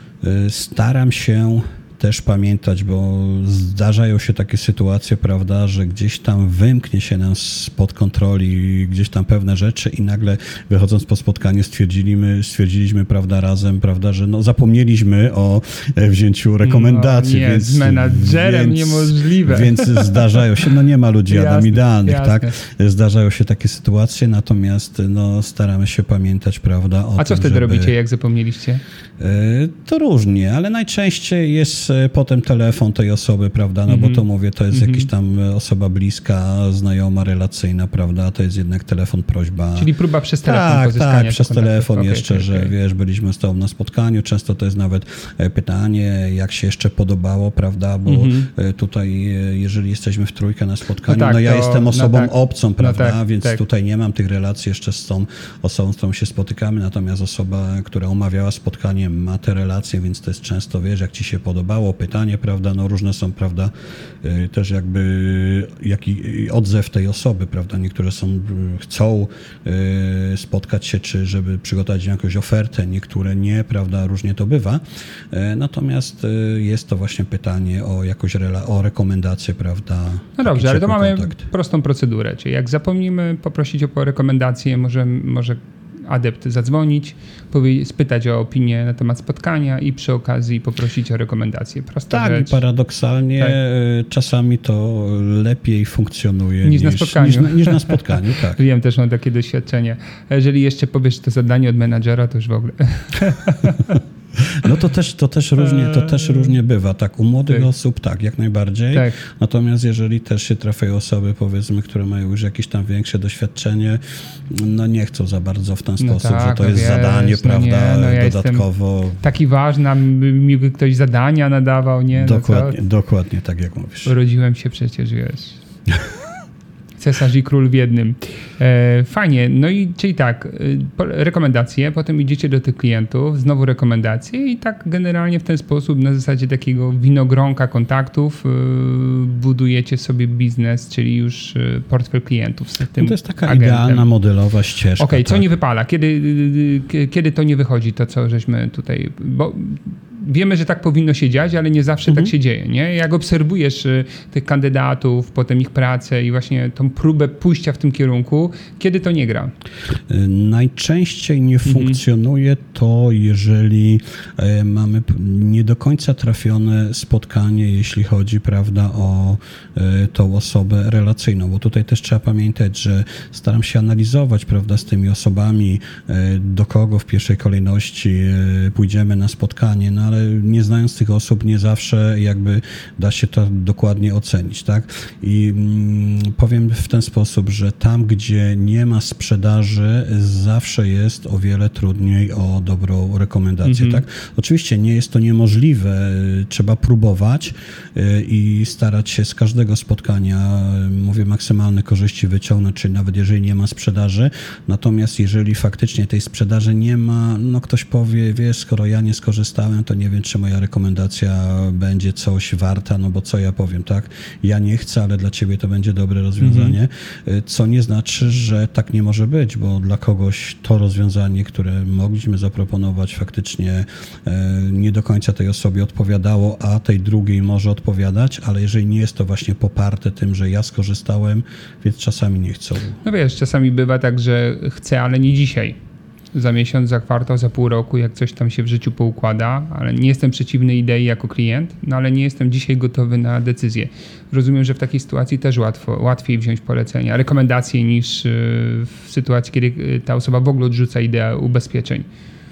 staram się też pamiętać, bo zdarzają się takie sytuacje, prawda, że gdzieś tam wymknie się nam spod kontroli gdzieś tam pewne rzeczy i nagle wychodząc po spotkaniu stwierdziliśmy, stwierdziliśmy, prawda, razem, prawda, że no zapomnieliśmy o wzięciu rekomendacji. No, nie, więc, z menadżerem więc, niemożliwe. Więc zdarzają się, no nie ma ludzi Adam jasne, idealnych, jasne. tak? Zdarzają się takie sytuacje, natomiast no staramy się pamiętać, prawda, o A co tym, wtedy żeby... robicie, jak zapomnieliście? To różnie, ale najczęściej jest potem telefon tej osoby, prawda, no mm-hmm. bo to mówię, to jest mm-hmm. jakaś tam osoba bliska, znajoma, relacyjna, prawda, to jest jednak telefon, prośba. Czyli próba przez telefon tak, pozyskania Tak, przez kontaktów. telefon okay, jeszcze, okay, że okay. wiesz, byliśmy z tobą na spotkaniu, często to jest nawet pytanie, jak się jeszcze podobało, prawda, bo mm-hmm. tutaj, jeżeli jesteśmy w trójkę na spotkaniu, no, tak, no ja to, jestem osobą no tak, obcą, prawda, no tak, więc tak. tutaj nie mam tych relacji jeszcze z tą osobą, z którą się spotykamy, natomiast osoba, która umawiała spotkanie, ma te relacje, więc to jest często, wiesz, jak ci się podobało, pytanie, prawda, no różne są, prawda, też jakby jaki odzew tej osoby, prawda, niektóre są, chcą spotkać się, czy żeby przygotować jakąś ofertę, niektóre nie, prawda, różnie to bywa, natomiast jest to właśnie pytanie o jakąś rela- o rekomendację, prawda. No dobrze, ale to mamy kontakt. prostą procedurę, czyli jak zapomnimy poprosić o rekomendację, może, może adept zadzwonić, powie, spytać o opinię na temat spotkania i przy okazji poprosić o rekomendację. Prosta tak, rzecz. I paradoksalnie tak. czasami to lepiej funkcjonuje niż, niż na spotkaniu. Niż, niż na spotkaniu, tak. Wiem, też mam takie doświadczenie. A jeżeli jeszcze powiesz to zadanie od menadżera, to już w ogóle. No to też, to też różnie, to też różnie bywa, tak, u młodych tak. osób tak, jak najbardziej, tak. Natomiast jeżeli też się trafiają osoby, powiedzmy, które mają już jakieś tam większe doświadczenie, no nie chcą za bardzo w ten sposób, no tak, że to no jest wiesz, zadanie, no prawda, nie, no ja dodatkowo. Taki ważny, mi ktoś zadania nadawał, nie? Dokładnie, no dokładnie tak jak mówisz. Urodziłem się przecież, wiesz... Cesarz i król w jednym. E, fajnie. No i czyli tak, rekomendacje, potem idziecie do tych klientów, znowu rekomendacje i tak generalnie w ten sposób na zasadzie takiego winogronka kontaktów yy, budujecie sobie biznes, czyli już portfel klientów z tym no to jest taka agentem. Idealna modelowa ścieżka. Okej, okay, tak. co nie wypala? Kiedy, kiedy to nie wychodzi, to co żeśmy tutaj... Bo wiemy, że tak powinno się dziać, ale nie zawsze mhm. tak się dzieje, nie? Jak obserwujesz tych kandydatów, potem ich pracę i właśnie tą próbę pójścia w tym kierunku, kiedy to nie gra? Najczęściej nie mhm. funkcjonuje to, jeżeli mamy nie do końca trafione spotkanie, jeśli chodzi, prawda, o tą osobę relacyjną, bo tutaj też trzeba pamiętać, że staram się analizować, prawda, z tymi osobami, do kogo w pierwszej kolejności pójdziemy na spotkanie, no ale nie znając tych osób, nie zawsze jakby da się to dokładnie ocenić, tak? I mm, powiem w ten sposób, że tam, gdzie nie ma sprzedaży, zawsze jest o wiele trudniej o dobrą rekomendację, mm-hmm. tak? Oczywiście nie jest to niemożliwe, trzeba próbować i starać się z każdego spotkania, mówię, maksymalne korzyści wyciągnąć, czyli nawet jeżeli nie ma sprzedaży, natomiast jeżeli faktycznie tej sprzedaży nie ma, no ktoś powie, wiesz, skoro ja nie skorzystałem, to nie wiem, czy moja rekomendacja będzie coś warta, no bo co ja powiem, tak? Ja nie chcę, ale dla ciebie to będzie dobre rozwiązanie, mm-hmm. co nie znaczy, że tak nie może być, bo dla kogoś to rozwiązanie, które mogliśmy zaproponować, faktycznie nie do końca tej osobie odpowiadało, a tej drugiej może odpowiadać, ale jeżeli nie jest to właśnie poparte tym, że ja skorzystałem, więc czasami nie chcą. No wiesz, czasami bywa tak, że chcę, ale nie dzisiaj. Za miesiąc, za kwartał, za pół roku, jak coś tam się w życiu poukłada, ale nie jestem przeciwny idei jako klient, no ale nie jestem dzisiaj gotowy na decyzję. Rozumiem, że w takiej sytuacji też łatwo, łatwiej wziąć polecenia, rekomendacje niż w sytuacji, kiedy ta osoba w ogóle odrzuca ideę ubezpieczeń.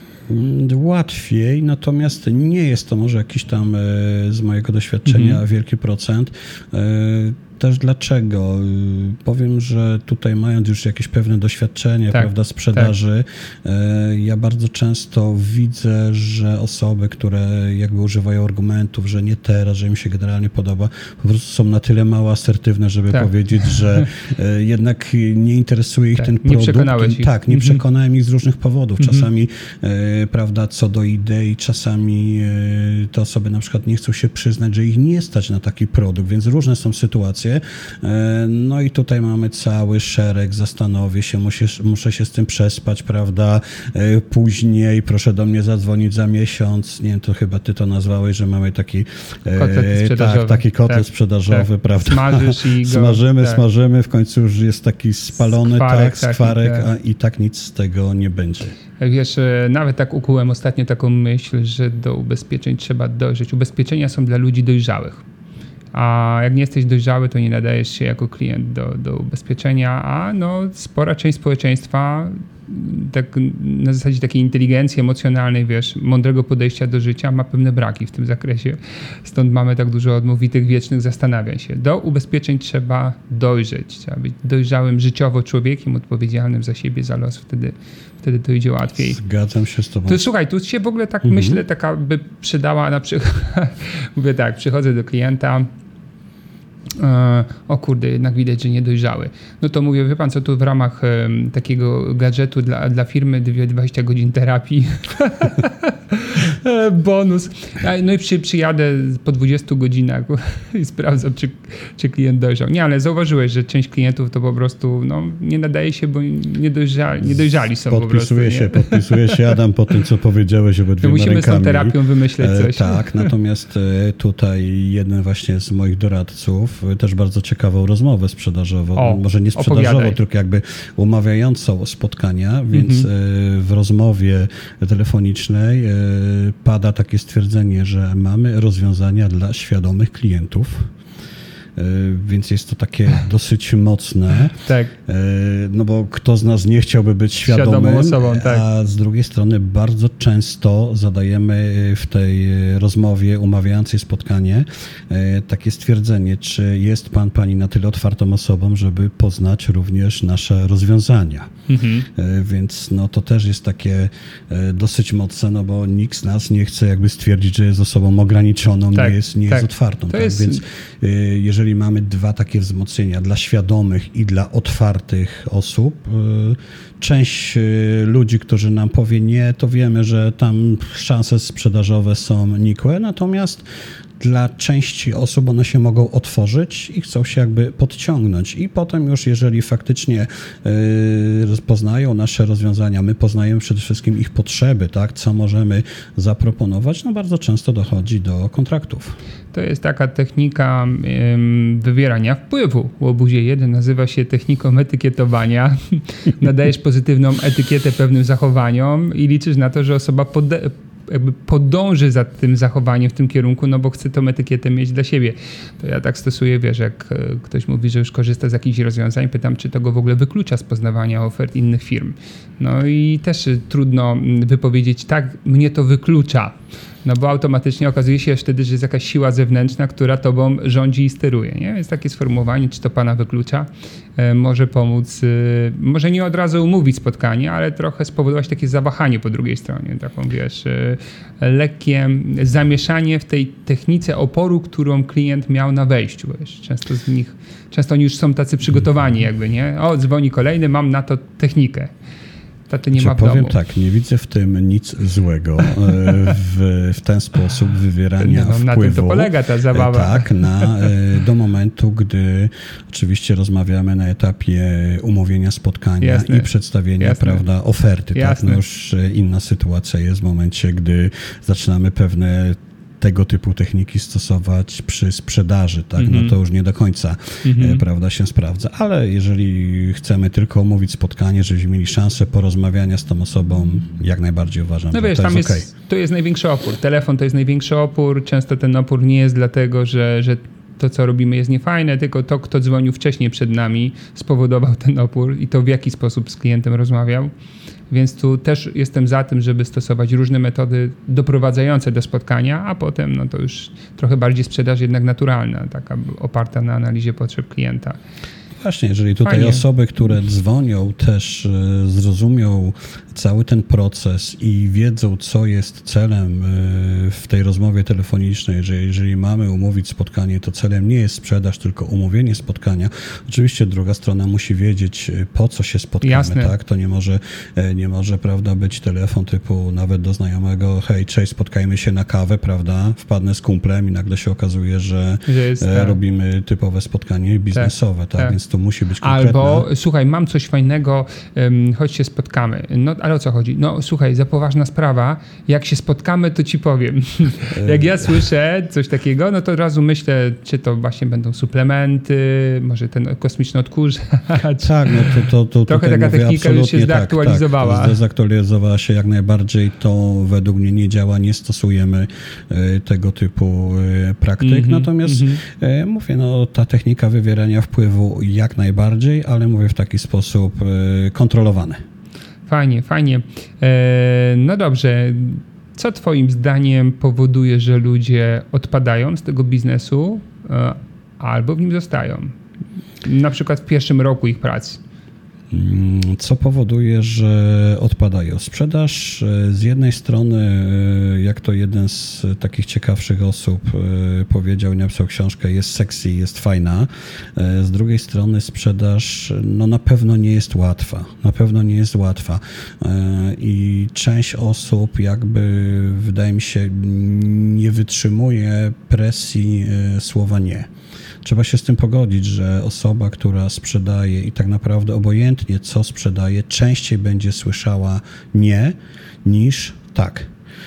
Łatwiej, natomiast nie jest to może jakiś tam z mojego doświadczenia mhm. wielki procent. Też dlaczego? Powiem, że tutaj mając już jakieś pewne doświadczenie, tak, prawda, sprzedaży, tak. ja bardzo często widzę, że osoby, które jakby używają argumentów, że nie teraz, że im się generalnie podoba, po prostu są na tyle mało asertywne, żeby tak. powiedzieć, że jednak nie interesuje ich tak. ten produkt. Nie przekonałeś ich. Tak, nie mhm. przekonałem ich z różnych powodów. Czasami, mhm. prawda, co do idei, czasami te osoby na przykład nie chcą się przyznać, że ich nie stać na taki produkt, więc różne są sytuacje. No i tutaj mamy cały szereg zastanowień się, musisz, muszę się z tym przespać, prawda, później proszę do mnie zadzwonić za miesiąc, nie wiem, to chyba ty to nazwałeś, że mamy taki kotlet tak, taki kotlet tak, sprzedażowy, tak. prawda, smażysz i go, smażymy, tak. smażymy, w końcu już jest taki spalony, skwarek, tak, skwarek, tak, a i tak nic z tego nie będzie. Wiesz, nawet tak ukułem ostatnio taką myśl, że do ubezpieczeń trzeba dojrzeć. Ubezpieczenia są dla ludzi dojrzałych. A jak nie jesteś dojrzały, to nie nadajesz się jako klient do, do ubezpieczenia, a no, spora część społeczeństwa tak, na zasadzie takiej inteligencji emocjonalnej, wiesz, mądrego podejścia do życia ma pewne braki w tym zakresie. Stąd mamy tak dużo odmów i tych wiecznych zastanawiań się. Do ubezpieczeń trzeba dojrzeć. Trzeba być dojrzałym życiowo człowiekiem, odpowiedzialnym za siebie, za los. Wtedy, wtedy to idzie łatwiej. Zgadzam się z tobą. To słuchaj, tu się w ogóle tak mhm. myślę, taka by przydała na przykład, mówię tak, przychodzę do klienta, o kurde, jednak widać, że niedojrzały. No to mówię, wie pan co, tu w ramach um, takiego gadżetu dla, dla firmy dwadzieścia godzin terapii. Bonus. No i przy, przyjadę po dwudziestu godzinach i sprawdzam, czy, czy klient dojrzał. Nie, ale zauważyłeś, że część klientów to po prostu no, nie nadaje się, bo niedojrzali, niedojrzali są po prostu. Podpisuję się, podpisuję się, Adam, po tym, co powiedziałeś obydwiema musimy rękami. z tą terapią wymyśleć coś. E, tak, natomiast tutaj jeden właśnie z moich doradców też bardzo ciekawą rozmowę sprzedażową, o, może nie sprzedażową, opowiadaj. Tylko jakby umawiającą spotkania, więc mhm. w rozmowie telefonicznej pada takie stwierdzenie, że mamy rozwiązania dla świadomych klientów. Więc jest to takie dosyć mocne. Tak. No bo kto z nas nie chciałby być świadomym, osobą, tak. A z drugiej strony bardzo często zadajemy w tej rozmowie umawiającej spotkanie takie stwierdzenie, czy jest pan, pani na tyle otwartą osobą, żeby poznać również nasze rozwiązania. Mhm. Więc no to też jest takie dosyć mocne, no bo nikt z nas nie chce jakby stwierdzić, że jest osobą ograniczoną, tak, nie jest, nie tak. jest otwartą. Tak? Jest... Więc jeżeli mamy dwa takie wzmocnienia dla świadomych i dla otwartych osób, część ludzi, którzy nam powie nie, to wiemy, że tam szanse sprzedażowe są nikłe, natomiast dla części osób one się mogą otworzyć i chcą się jakby podciągnąć i potem już jeżeli faktycznie y, poznają nasze rozwiązania, my poznajemy przede wszystkim ich potrzeby, tak, co możemy zaproponować, no bardzo często dochodzi do kontraktów. To jest taka technika ym, wywierania wpływu. Łobuzie jeden nazywa się techniką etykietowania. Nadajesz pozytywną etykietę pewnym zachowaniom i liczysz na to, że osoba pode- jakby podąży za tym zachowaniem w tym kierunku, no bo chce tą etykietę mieć dla siebie. To ja tak stosuję, wiesz, jak ktoś mówi, że już korzysta z jakichś rozwiązań, pytam, czy to go w ogóle wyklucza z poznawania ofert innych firm. No i też trudno wypowiedzieć, tak, mnie to wyklucza. No bo automatycznie okazuje się wtedy, że jest jakaś siła zewnętrzna, która tobą rządzi i steruje. Nie? Więc takie sformułowanie, czy to pana wyklucza, e, może pomóc, e, może nie od razu umówić spotkanie, ale trochę spowodować takie zawahanie po drugiej stronie. Taką, wiesz, e, lekkie zamieszanie w tej technice oporu, którą klient miał na wejściu. Wiesz. Często z nich, często oni już są tacy przygotowani jakby, nie? O, dzwoni kolejny, mam na to technikę. Taty nie ma w powiem domu. tak, nie widzę w tym nic złego, w, w ten sposób wywierania no, wpływu. Na tym to polega ta zabawa. Tak, na, do momentu, gdy oczywiście rozmawiamy na etapie umówienia spotkania Jasne. i przedstawienia Jasne. prawda, oferty. Tak? No już inna sytuacja jest w momencie, gdy zaczynamy pewne tego typu techniki stosować przy sprzedaży, tak, mm-hmm. no to już nie do końca mm-hmm. prawda, się sprawdza, ale jeżeli chcemy tylko omówić spotkanie, żebyśmy mieli szansę porozmawiania z tą osobą, jak najbardziej uważam, no że wiesz, to tam jest, jest okay. to jest największy opór. Telefon to jest największy opór. Często ten opór nie jest dlatego, że, że to, co robimy, jest niefajne, tylko to, kto dzwonił wcześniej przed nami, spowodował ten opór i to, w jaki sposób z klientem rozmawiał. Więc tu też jestem za tym, żeby stosować różne metody doprowadzające do spotkania, a potem no to już trochę bardziej sprzedaż jednak naturalna, taka oparta na analizie potrzeb klienta. Właśnie, jeżeli tutaj Fajnie. osoby, które dzwonią, też zrozumią cały ten proces i wiedzą, co jest celem w tej rozmowie telefonicznej, że jeżeli mamy umówić spotkanie, to celem nie jest sprzedaż, tylko umówienie spotkania. Oczywiście druga strona musi wiedzieć, po co się spotkamy, Jasne. tak? To nie może, nie może, prawda, być telefon typu nawet do znajomego, hej, cześć, spotkajmy się na kawę, prawda? Wpadnę z kumplem i nagle się okazuje, że, że jest, tak. robimy typowe spotkanie biznesowe, tak? tak? Więc to musi być konkretne. Albo, słuchaj, mam coś fajnego, um, chodź się spotkamy. No, ale o co chodzi? No, słuchaj, za poważna sprawa, jak się spotkamy, to ci powiem. Jak ja słyszę coś takiego, no to od razu myślę, czy to właśnie będą suplementy, może ten kosmiczny odkurzacz. Tak, no to, to, to trochę taka technika już się zdeaktualizowała. Tak, tak, zdezaktualizowała się jak najbardziej, to według mnie nie działa, nie stosujemy y, tego typu y, praktyk. Mm-hmm, Natomiast mm-hmm. y, mówię, no ta technika wywierania wpływu jak najbardziej, ale mówię w taki sposób y, kontrolowany. Fajnie, fajnie. E, no dobrze. Co twoim zdaniem powoduje, że ludzie odpadają z tego biznesu e, albo w nim zostają? Na przykład w pierwszym roku ich pracy. Co powoduje, że odpadają? Sprzedaż z jednej strony, jak to jeden z takich ciekawszych osób powiedział, napisał książkę, jest sexy, jest fajna. Z drugiej strony sprzedaż no na pewno nie jest łatwa. Na pewno nie jest łatwa. I część osób jakby, wydaje mi się, nie wytrzymuje presji słowa nie. Trzeba się z tym pogodzić, że osoba, która sprzedaje i tak naprawdę obojętnie co sprzedaje, częściej będzie słyszała nie niż tak.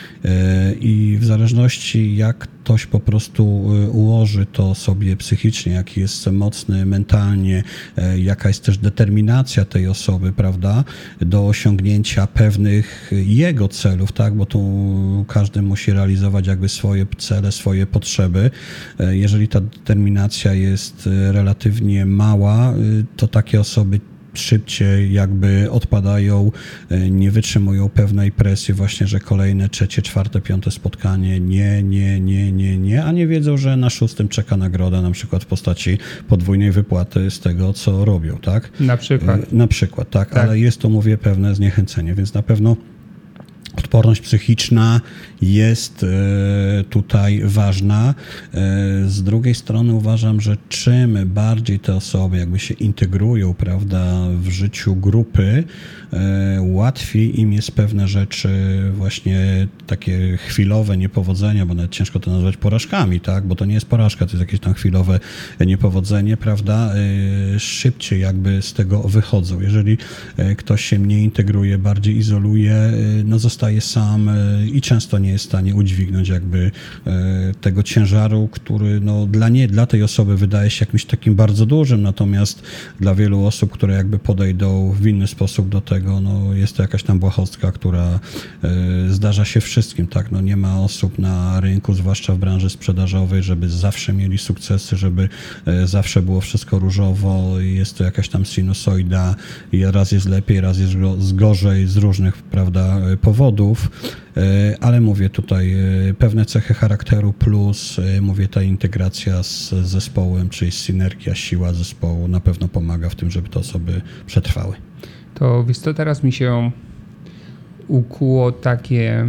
I w zależności jak ktoś po prostu ułoży to sobie psychicznie, jaki jest mocny mentalnie, jaka jest też determinacja tej osoby, prawda, do osiągnięcia pewnych jego celów, tak, bo tu każdy musi realizować jakby swoje cele, swoje potrzeby. Jeżeli ta determinacja jest relatywnie mała, to takie osoby szybciej jakby odpadają, nie wytrzymują pewnej presji właśnie, że kolejne trzecie, czwarte, piąte spotkanie nie, nie, nie, nie, nie, a nie wiedzą, że na szóstym czeka nagroda na przykład w postaci podwójnej wypłaty z tego, co robią, tak? Na przykład. Na przykład, tak, tak. Ale jest to, mówię, pewne zniechęcenie, więc na pewno odporność psychiczna jest tutaj ważna. Z drugiej strony uważam, że czym bardziej te osoby jakby się integrują, prawda, w życiu grupy, łatwiej im jest pewne rzeczy, właśnie takie chwilowe niepowodzenia, bo nawet ciężko to nazwać porażkami, tak, bo to nie jest porażka, to jest jakieś tam chwilowe niepowodzenie, prawda, szybciej jakby z tego wychodzą. Jeżeli ktoś się mniej integruje, bardziej izoluje, no zostaje sam i często nie jest w stanie udźwignąć jakby tego ciężaru, który no dla nie, dla tej osoby wydaje się jakimś takim bardzo dużym, natomiast dla wielu osób, które jakby podejdą w inny sposób do tego, no jest to jakaś tam błahostka, która zdarza się wszystkim, tak, no nie ma osób na rynku, zwłaszcza w branży sprzedażowej, żeby zawsze mieli sukcesy, żeby zawsze było wszystko różowo, jest to jakaś tam sinusoida i raz jest lepiej, raz jest gorzej z różnych, prawda, powodów, ale mówię tutaj pewne cechy charakteru plus, mówię, ta integracja z zespołem, czyli synergia, siła zespołu na pewno pomaga w tym, żeby te osoby przetrwały. To wiesz co, teraz mi się ukuło takie,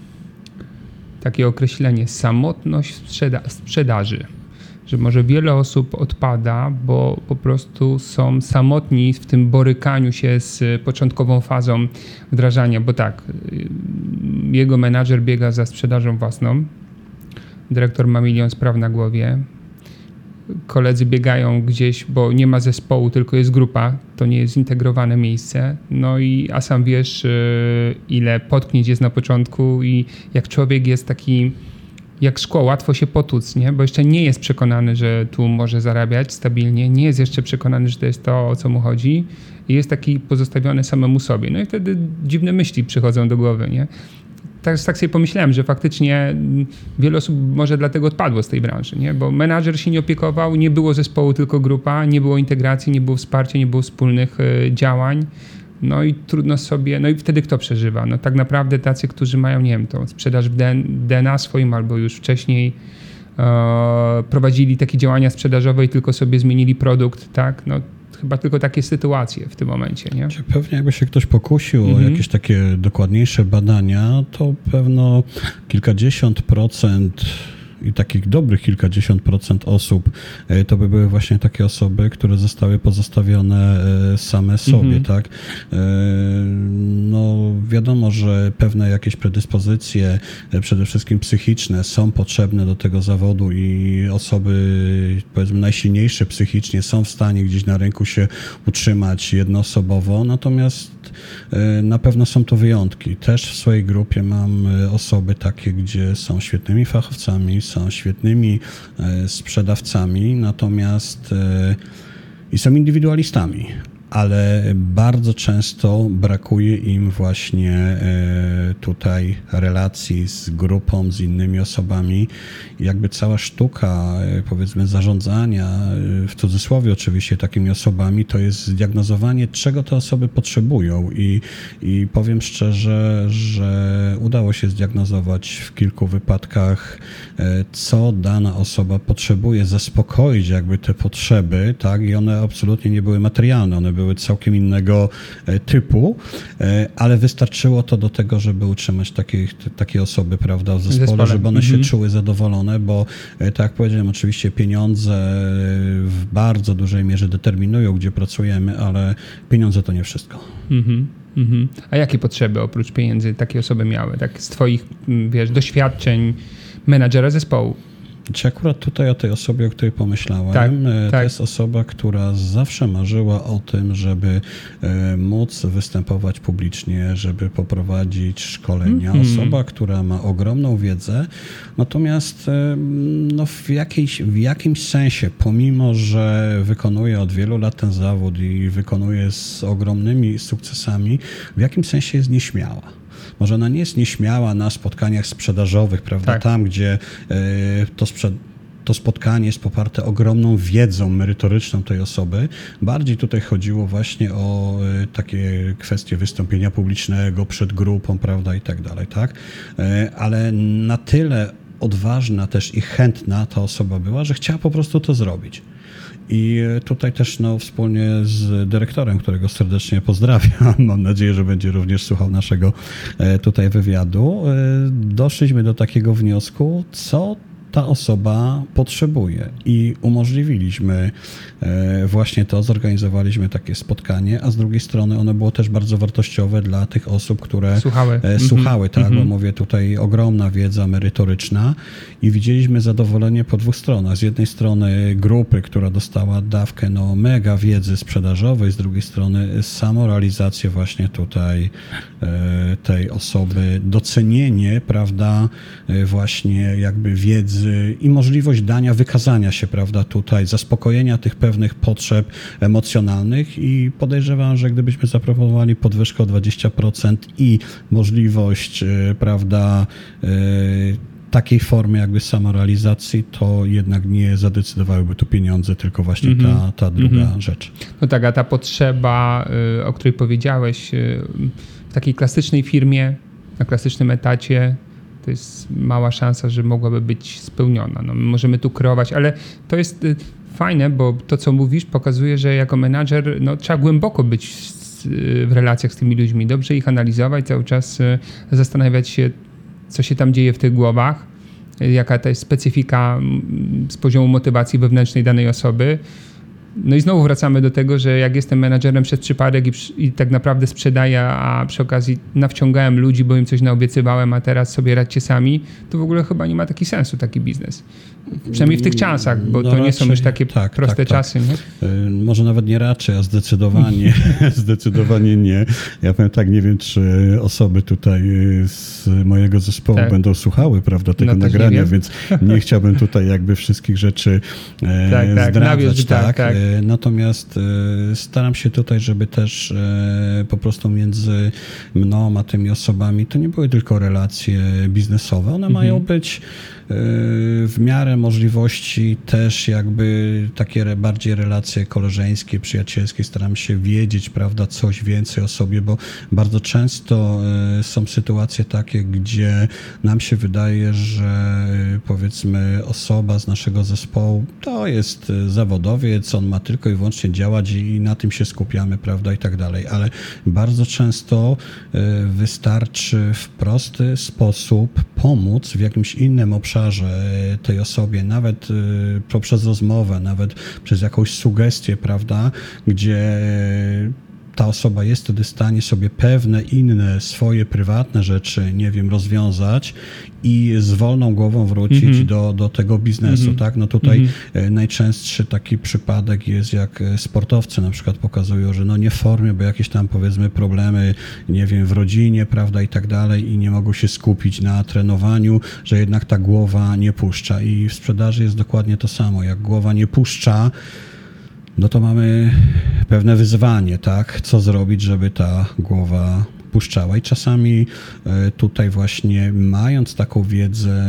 takie określenie samotność w sprzeda- sprzedaży. Że może wiele osób odpada, bo po prostu są samotni w tym borykaniu się z początkową fazą wdrażania, bo tak, jego menadżer biega za sprzedażą własną, dyrektor ma milion spraw na głowie, koledzy biegają gdzieś, bo nie ma zespołu, tylko jest grupa, to nie jest zintegrowane miejsce, no i a sam wiesz, ile potknięć jest na początku i jak człowiek jest taki jak szkło, łatwo się potłuc, nie? Bo jeszcze nie jest przekonany, że tu może zarabiać stabilnie, nie jest jeszcze przekonany, że to jest to, o co mu chodzi i jest taki pozostawiony samemu sobie. No i wtedy dziwne myśli przychodzą do głowy, nie? Tak, tak sobie pomyślałem, że faktycznie wiele osób może dlatego odpadło z tej branży, nie? Bo menadżer się nie opiekował, nie było zespołu, tylko grupa, nie było integracji, nie było wsparcia, nie było wspólnych y, działań. No i trudno sobie, no i wtedy kto przeżywa? No tak naprawdę tacy, którzy mają, nie wiem, tą sprzedaż w D N A swoim albo już wcześniej e, prowadzili takie działania sprzedażowe i tylko sobie zmienili produkt, tak? No chyba tylko takie sytuacje w tym momencie, nie? Pewnie jakby się ktoś pokusił mhm. o jakieś takie dokładniejsze badania, to pewno kilkadziesiąt procent i takich dobrych kilkadziesiąt procent osób to by były właśnie takie osoby, które zostały pozostawione same sobie, mm-hmm. tak? No wiadomo, że pewne jakieś predyspozycje, przede wszystkim psychiczne, są potrzebne do tego zawodu i osoby, powiedzmy, najsilniejsze psychicznie są w stanie gdzieś na rynku się utrzymać jednoosobowo, natomiast na pewno są to wyjątki. Też w swojej grupie mam osoby takie, gdzie są świetnymi fachowcami, są świetnymi sprzedawcami, natomiast i są indywidualistami, ale bardzo często brakuje im właśnie tutaj relacji z grupą, z innymi osobami. Jakby cała sztuka, powiedzmy, zarządzania, w cudzysłowie oczywiście, takimi osobami, to jest zdiagnozowanie, czego te osoby potrzebują i, i powiem szczerze, że udało się zdiagnozować w kilku wypadkach, co dana osoba potrzebuje, zaspokoić jakby te potrzeby, tak, i one absolutnie nie były materialne, one były były całkiem innego typu, ale wystarczyło to do tego, żeby utrzymać takie, takie osoby, prawda, w zespole, zespole. żeby one mhm. się czuły zadowolone, bo tak jak powiedziałem, oczywiście pieniądze w bardzo dużej mierze determinują, gdzie pracujemy, ale pieniądze to nie wszystko. Mhm. Mhm. A jakie potrzeby oprócz pieniędzy takie osoby miały? Tak z twoich, wiesz, doświadczeń menadżera zespołu? Czy akurat tutaj o tej osobie, o której pomyślałem, tak, to tak. jest osoba, która zawsze marzyła o tym, żeby móc występować publicznie, żeby poprowadzić szkolenia. Mm-hmm. Osoba, która ma ogromną wiedzę, natomiast no, w, jakiejś, w jakimś sensie, pomimo że wykonuje od wielu lat ten zawód i wykonuje z ogromnymi sukcesami, w jakimś sensie jest nieśmiała. Może ona nie jest nieśmiała na spotkaniach sprzedażowych, prawda? Tak. Tam, gdzie y, to, sprze- to spotkanie jest poparte ogromną wiedzą merytoryczną tej osoby. Bardziej tutaj chodziło właśnie o y, takie kwestie wystąpienia publicznego przed grupą, prawda, i tak dalej, tak? Y, ale na tyle odważna też i chętna ta osoba była, że chciała po prostu to zrobić. I tutaj też no, wspólnie z dyrektorem, którego serdecznie pozdrawiam, mam nadzieję, że będzie również słuchał naszego tutaj wywiadu, doszliśmy do takiego wniosku, co ta osoba potrzebuje i umożliwiliśmy właśnie to, zorganizowaliśmy takie spotkanie, a z drugiej strony ono było też bardzo wartościowe dla tych osób, które słuchały, słuchały mm-hmm. tak, bo mówię tutaj ogromna wiedza merytoryczna i widzieliśmy zadowolenie po dwóch stronach. Z jednej strony grupy, która dostała dawkę no mega wiedzy sprzedażowej, z drugiej strony samorealizację właśnie tutaj tej osoby, docenienie, prawda, właśnie jakby wiedzy i możliwość dania, wykazania się, prawda, tutaj, zaspokojenia tych pewnych potrzeb emocjonalnych i podejrzewam, że gdybyśmy zaproponowali podwyżkę o dwadzieścia procent i możliwość, prawda, takiej formy jakby samorealizacji, to jednak nie zadecydowałyby tu pieniądze, tylko właśnie mm-hmm. ta, ta druga mm-hmm. rzecz. No tak, a ta potrzeba, o której powiedziałeś, w takiej klasycznej firmie, na klasycznym etacie, to jest mała szansa, że mogłaby być spełniona. No, możemy tu kreować, ale to jest fajne, bo to, co mówisz, pokazuje, że jako menadżer no, trzeba głęboko być w relacjach z tymi ludźmi, dobrze ich analizować, cały czas zastanawiać się, co się tam dzieje w tych głowach, jaka to jest specyfika z poziomu motywacji wewnętrznej danej osoby. No i znowu wracamy do tego, że jak jestem menadżerem przez przypadek i, i tak naprawdę sprzedaję, a przy okazji nawciągałem ludzi, bo im coś naobiecywałem, a teraz sobie radźcie sami, to w ogóle chyba nie ma taki sensu taki biznes. Przynajmniej w tych czasach, bo no to nie raczej, są już takie tak, proste tak, czasy. Tak. Nie? Może nawet nie raczej, a zdecydowanie, zdecydowanie nie. Ja powiem tak, nie wiem, czy osoby tutaj z mojego zespołu tak. będą słuchały, prawda, tego no nagrania, więc nie chciałbym tutaj jakby wszystkich rzeczy e, tak, tak, zdradzać. Tak, tak, tak. E, natomiast e, staram się tutaj, żeby też e, po prostu między mną a tymi osobami to nie były tylko relacje biznesowe, one mhm. mają być w miarę możliwości też jakby takie bardziej relacje koleżeńskie, przyjacielskie, staram się wiedzieć, prawda, coś więcej o sobie, bo bardzo często są sytuacje takie, gdzie nam się wydaje, że powiedzmy osoba z naszego zespołu to jest zawodowiec, on ma tylko i wyłącznie działać i na tym się skupiamy, prawda, i tak dalej, ale bardzo często wystarczy w prosty sposób pomóc w jakimś innym obszarze tej osobie, nawet poprzez rozmowę, nawet przez jakąś sugestię, prawda, gdzie ta osoba jest wtedy w stanie sobie pewne inne swoje prywatne rzeczy, nie wiem, rozwiązać i z wolną głową wrócić mm-hmm. do, do tego biznesu, mm-hmm. tak? No tutaj mm-hmm. najczęstszy taki przypadek jest, jak sportowcy na przykład pokazują, że no nie w formie, bo jakieś tam powiedzmy problemy, nie wiem, w rodzinie, prawda, i tak dalej i nie mogą się skupić na trenowaniu, że jednak ta głowa nie puszcza i w sprzedaży jest dokładnie to samo. Jak głowa nie puszcza, no to mamy pewne wyzwanie, tak? Co zrobić, żeby ta głowa puszczała. I czasami tutaj właśnie mając taką wiedzę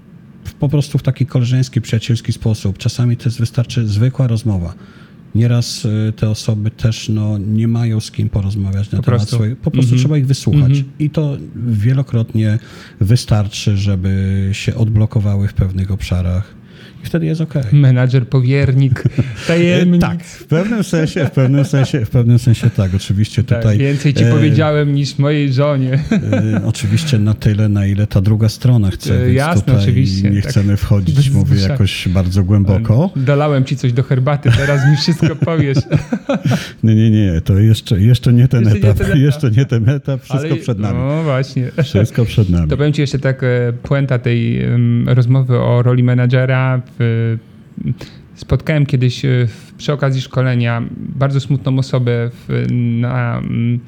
po prostu w taki koleżeński, przyjacielski sposób, czasami to jest, wystarczy zwykła rozmowa. Nieraz te osoby też no, nie mają z kim porozmawiać na po temat swojej... Po prostu mm-hmm. trzeba ich wysłuchać. Mm-hmm. I to wielokrotnie wystarczy, żeby się odblokowały w pewnych obszarach. I wtedy jest okej. Okay. Menadżer, powiernik, tajemnik. Tak, w pewnym sensie, w pewnym sensie, w pewnym sensie tak, oczywiście tak, tutaj... Więcej ci e, powiedziałem niż mojej żonie. E, oczywiście na tyle, na ile ta druga strona chce, e, więc jasne, tutaj oczywiście, nie tak. chcemy wchodzić, mówię, jakoś bardzo głęboko. Dolałem ci coś do herbaty, teraz mi wszystko powiesz. Nie, nie, nie, to jeszcze, jeszcze nie ten jeszcze etap, nie ten jeszcze nie ten etap, wszystko Ale, przed nami. No właśnie. Wszystko przed nami. To powiem ci jeszcze tak, puenta tej um, rozmowy o roli menadżera. W, spotkałem kiedyś w, przy okazji szkolenia bardzo smutną osobę w, na,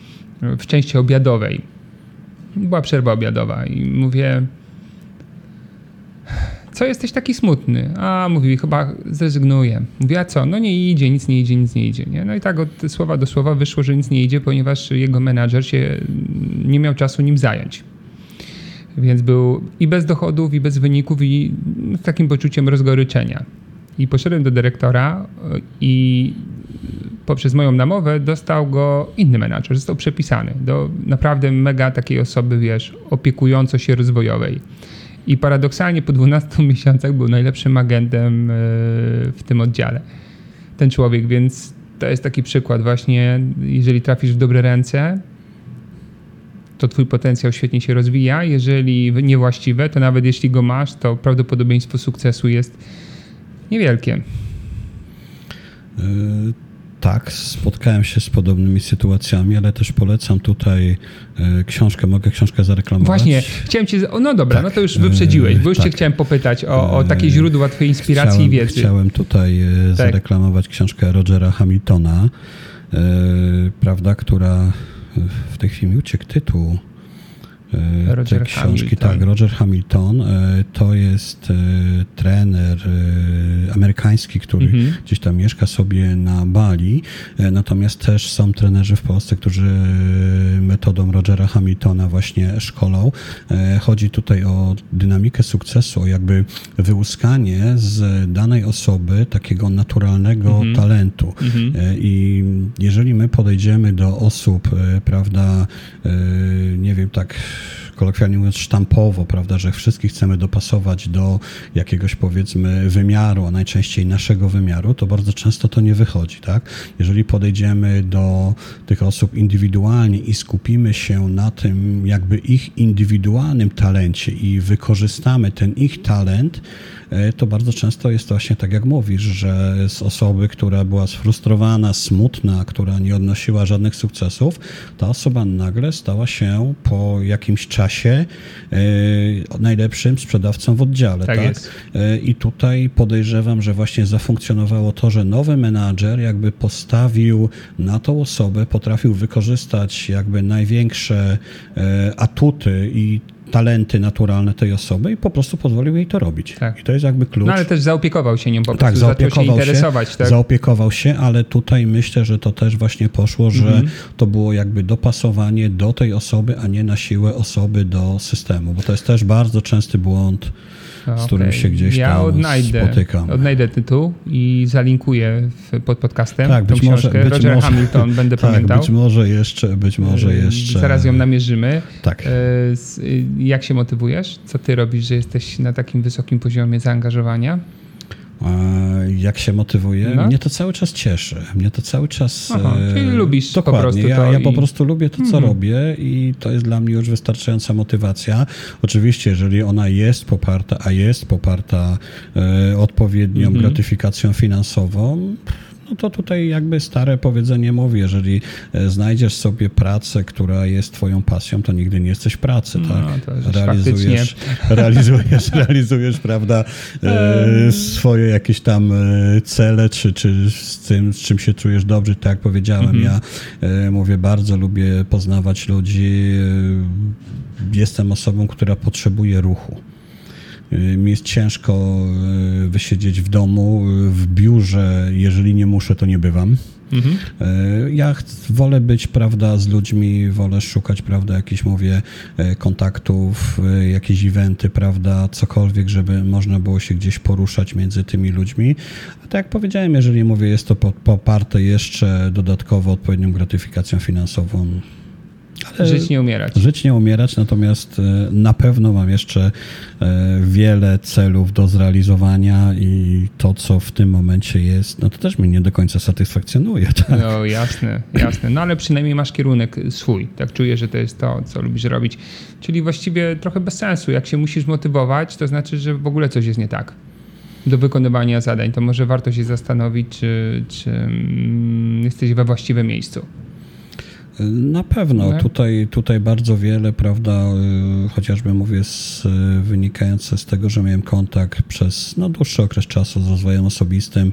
w części obiadowej. Była przerwa obiadowa i mówię, co jesteś taki smutny? A mówi, chyba zrezygnuję. Mówię, a co? No nie idzie, nic nie idzie, nic nie idzie. Nie? No i tak od słowa do słowa wyszło, że nic nie idzie, ponieważ jego menadżer się nie miał czasu nim zająć. Więc był i bez dochodów, i bez wyników, i z takim poczuciem rozgoryczenia. I poszedłem do dyrektora i poprzez moją namowę dostał go inny menadżer. Został przepisany do naprawdę mega takiej osoby, wiesz, opiekująco się rozwojowej. I paradoksalnie po dwunastu miesiącach był najlepszym agentem w tym oddziale. Ten człowiek, więc to jest taki przykład właśnie, jeżeli trafisz w dobre ręce, to twój potencjał świetnie się rozwija. Jeżeli niewłaściwe, to nawet jeśli go masz, to prawdopodobieństwo sukcesu jest niewielkie. Yy, tak, spotkałem się z podobnymi sytuacjami, ale też polecam tutaj yy, książkę. Mogę książkę zareklamować? Właśnie, chciałem cię... No dobra, tak, no to już wyprzedziłeś, bo już tak. cię chciałem popytać o, o takie źródła twojej inspiracji chciałem, i wiedzy. Chciałem tutaj yy, tak. zareklamować książkę Rogera Hamiltona, yy, prawda, która... W tej chwili mi uciekł tytuł Roger tej książki. Hamilton. Tak, Roger Hamilton to jest trener amerykański, który mhm. gdzieś tam mieszka sobie na Bali, natomiast też są trenerzy w Polsce, którzy metodą Rogera Hamiltona właśnie szkolą. Chodzi tutaj o dynamikę sukcesu, o jakby wyłuskanie z danej osoby takiego naturalnego mhm. talentu. Mhm. I jeżeli my podejdziemy do osób, prawda, nie wiem, tak kolokwialnie mówiąc sztampowo, prawda, że wszystkich chcemy dopasować do jakiegoś powiedzmy wymiaru, a najczęściej naszego wymiaru, to bardzo często to nie wychodzi, tak? Jeżeli podejdziemy do tych osób indywidualnie i skupimy się na tym jakby ich indywidualnym talencie i wykorzystamy ten ich talent, to bardzo często jest to właśnie tak, jak mówisz, że z osoby, która była sfrustrowana, smutna, która nie odnosiła żadnych sukcesów, ta osoba nagle stała się po jakimś czasie najlepszym sprzedawcą w oddziale. Tak, tak? Jest. I tutaj podejrzewam, że właśnie zafunkcjonowało to, że nowy menadżer jakby postawił na tą osobę, potrafił wykorzystać jakby największe atuty i talenty naturalne tej osoby i po prostu pozwolił jej to robić. Tak. I to jest jakby klucz. No ale też zaopiekował się nią po prostu, tak, zaopiekował zaczął się interesować. Się, tak? Zaopiekował się, ale tutaj myślę, że to też właśnie poszło, że mhm. to było jakby dopasowanie do tej osoby, a nie na siłę osoby do systemu, bo to jest też bardzo częsty błąd, z którym okay. się gdzieś ja tam odnajdę, spotykam. odnajdę tytuł i zalinkuję w, pod podcastem tak, tą być książkę. Może, być Roger może, Hamilton, będę tak, pamiętał. być może jeszcze, być może jeszcze. Zaraz ją namierzymy. Tak. Jak się motywujesz? Co ty robisz, że jesteś na takim wysokim poziomie zaangażowania? Jak się motywuje? No. Mnie to cały czas cieszy. Mnie to cały czas... Aha, czyli lubisz dokładnie. po prostu ja, to. Ja i... po prostu lubię to, co mhm. robię i to jest dla mnie już wystarczająca motywacja. Oczywiście, jeżeli ona jest poparta, a jest poparta e, odpowiednią mhm. gratyfikacją finansową, no to tutaj jakby stare powiedzenie mówi, jeżeli znajdziesz sobie pracę, która jest twoją pasją, to nigdy nie jesteś w pracy, no, tak? To realizujesz, realizujesz, realizujesz, prawda, e, swoje jakieś tam cele, czy, czy z tym, z czym się czujesz dobrze, tak jak powiedziałem, mm-hmm. ja e, mówię, bardzo lubię poznawać ludzi, e, jestem osobą, która potrzebuje ruchu. Mi jest ciężko wysiedzieć w domu, w biurze, jeżeli nie muszę, to nie bywam. Mhm. Ja wolę być, prawda, z ludźmi, wolę szukać, prawda, jakichś, mówię, kontaktów, jakieś eventy, prawda, cokolwiek, żeby można było się gdzieś poruszać między tymi ludźmi. A tak jak powiedziałem, jeżeli, mówię, jest to poparte jeszcze dodatkowo odpowiednią gratyfikacją finansową, ale żyć nie umierać. Żyć nie umierać, natomiast na pewno mam jeszcze wiele celów do zrealizowania i to, co w tym momencie jest, no to też mnie nie do końca satysfakcjonuje. Tak? No jasne, jasne. No ale przynajmniej masz kierunek swój. Tak czuję, że to jest to, co lubisz robić. Czyli właściwie trochę bez sensu. Jak się musisz motywować, to znaczy, że w ogóle coś jest nie tak do wykonywania zadań. To może warto się zastanowić, czy, czy jesteś we właściwym miejscu. Na pewno. Tutaj, tutaj bardzo wiele, prawda, chociażby mówię z, wynikające z tego, że miałem kontakt przez no, dłuższy okres czasu z rozwojem osobistym,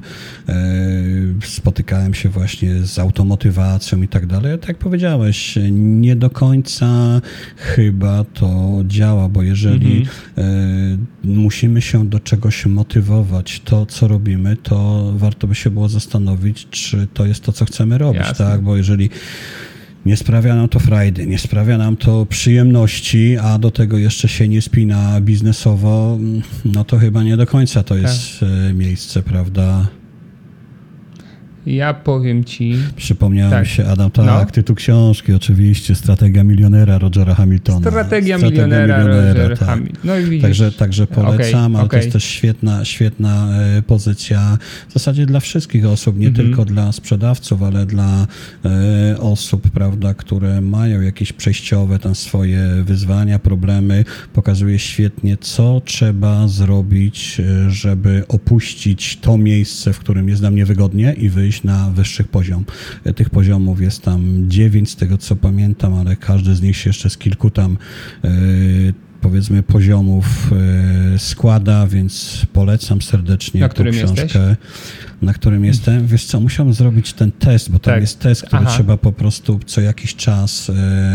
spotykałem się właśnie z automotywacją i tak dalej. Tak jak powiedziałeś, nie do końca chyba to działa, bo jeżeli mhm. musimy się do czegoś motywować, to co robimy, to warto by się było zastanowić, czy to jest to, co chcemy robić, Jasne. tak? Bo jeżeli nie sprawia nam to frajdy, nie sprawia nam to przyjemności, a do tego jeszcze się nie spina biznesowo, no to chyba nie do końca to jest tak. miejsce, prawda? Ja powiem ci... Przypomniałem tak. się, Adam, tak, no. tytuł książki oczywiście, Strategia milionera Rogera Hamiltona. Strategia, Strategia milionera, milionera Roger tak. Hamilton. No i widzisz. Także, także polecam, okay, ale okay. to jest też świetna, świetna e, pozycja w zasadzie dla wszystkich osób, nie mm-hmm. tylko dla sprzedawców, ale dla e, osób, prawda, które mają jakieś przejściowe tam swoje wyzwania, problemy. Pokazuje świetnie, co trzeba zrobić, żeby opuścić to miejsce, w którym jest nam niewygodnie i wyjść na wyższy poziom. Tych poziomów jest tam dziewięć, z tego co pamiętam, ale każdy z nich się jeszcze z kilku tam yy, powiedzmy poziomów yy, składa, więc polecam serdecznie na tą książkę. Jesteś? Na którym jestem. Wiesz co, musiałem zrobić ten test, bo tam tak. jest test, który Aha. trzeba po prostu co jakiś czas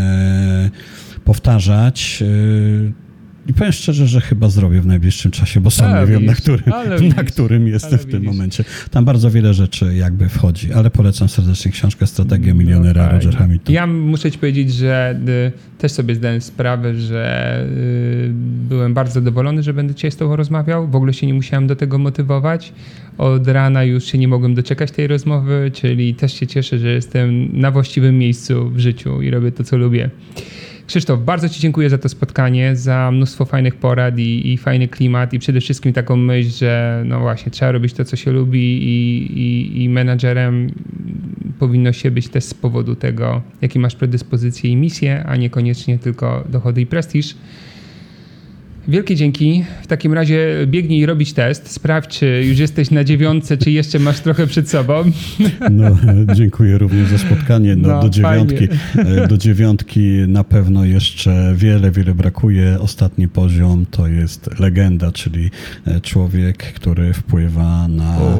yy, powtarzać. Yy, I powiem szczerze, że chyba zrobię w najbliższym czasie, bo sam nie wiem, na którym, na którym jestem w tym widzisz. momencie. Tam bardzo wiele rzeczy jakby wchodzi, ale polecam serdecznie książkę Strategia milionera, no, Roger Hamilton. Ja muszę ci powiedzieć, że y, też sobie zdałem sprawę, że y, byłem bardzo zadowolony, że będę dzisiaj z tobą rozmawiał. W ogóle się nie musiałem do tego motywować. Od rana już się nie mogłem doczekać tej rozmowy, czyli też się cieszę, że jestem na właściwym miejscu w życiu i robię to, co lubię. Krzysztof, bardzo ci dziękuję za to spotkanie, za mnóstwo fajnych porad i, i fajny klimat i przede wszystkim taką myśl, że no właśnie trzeba robić to, co się lubi i, i, i menadżerem powinno się być też z powodu tego, jakie masz predyspozycje i misje, a niekoniecznie tylko dochody i prestiż. Wielkie dzięki. W takim razie biegnij robić test. Sprawdź, czy już jesteś na dziewiątce, czy jeszcze masz trochę przed sobą. No, dziękuję również za spotkanie. No, no, do dziewiątki. Fajnie. Do dziewiątki na pewno jeszcze wiele, wiele brakuje. Ostatni poziom to jest legenda, czyli człowiek, który wpływa na o.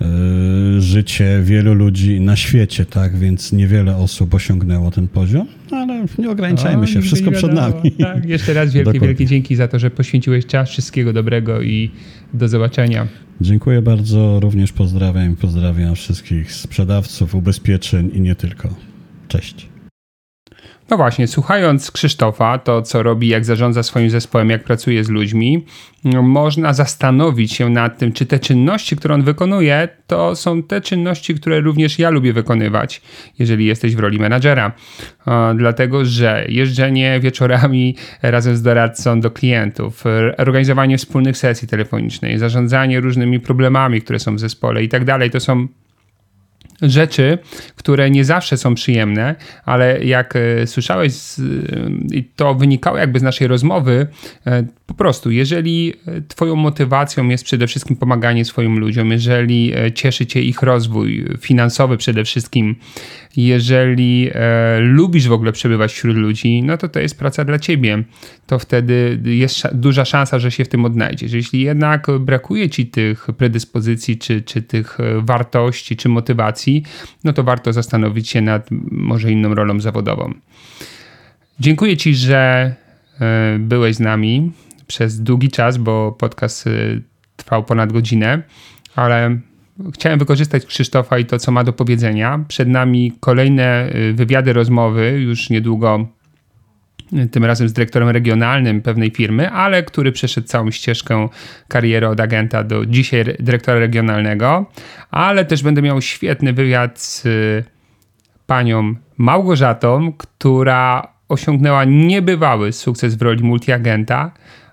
życie wielu ludzi na świecie, tak? Więc niewiele osób osiągnęło ten poziom, ale nie ograniczajmy o, się. Wszystko przed nami. Tak, jeszcze raz wielkie, wielkie dzięki za to, że poświęciłeś czas. Wszystkiego dobrego i do zobaczenia. Dziękuję bardzo. Również pozdrawiam. Pozdrawiam wszystkich sprzedawców, ubezpieczeń i nie tylko. Cześć. No właśnie, słuchając Krzysztofa, to co robi, jak zarządza swoim zespołem, jak pracuje z ludźmi, można zastanowić się nad tym, czy te czynności, które on wykonuje, to są te czynności, które również ja lubię wykonywać, jeżeli jesteś w roli menadżera. Dlatego, że jeżdżenie wieczorami razem z doradcą do klientów, organizowanie wspólnych sesji telefonicznych, zarządzanie różnymi problemami, które są w zespole i tak dalej, to są rzeczy, które nie zawsze są przyjemne, ale jak e, słyszałeś i e, to wynikało jakby z naszej rozmowy, e, po prostu jeżeli twoją motywacją jest przede wszystkim pomaganie swoim ludziom, jeżeli e, cieszy cię ich rozwój finansowy przede wszystkim, jeżeli e, lubisz w ogóle przebywać wśród ludzi, no to to jest praca dla ciebie. To wtedy jest sz- duża szansa, że się w tym odnajdziesz. Jeśli jednak brakuje ci tych predyspozycji, czy, czy tych wartości, czy motywacji, no to warto zastanowić się nad może inną rolą zawodową. Dziękuję ci, że e, byłeś z nami przez długi czas, bo podcast e, trwał ponad godzinę, ale chciałem wykorzystać Krzysztofa i to, co ma do powiedzenia. Przed nami kolejne wywiady, rozmowy, już niedługo, tym razem z dyrektorem regionalnym pewnej firmy, ale który przeszedł całą ścieżkę kariery od agenta do dzisiaj dyrektora regionalnego, ale też będę miał świetny wywiad z panią Małgorzatą, która osiągnęła niebywały sukces w roli multiagenta.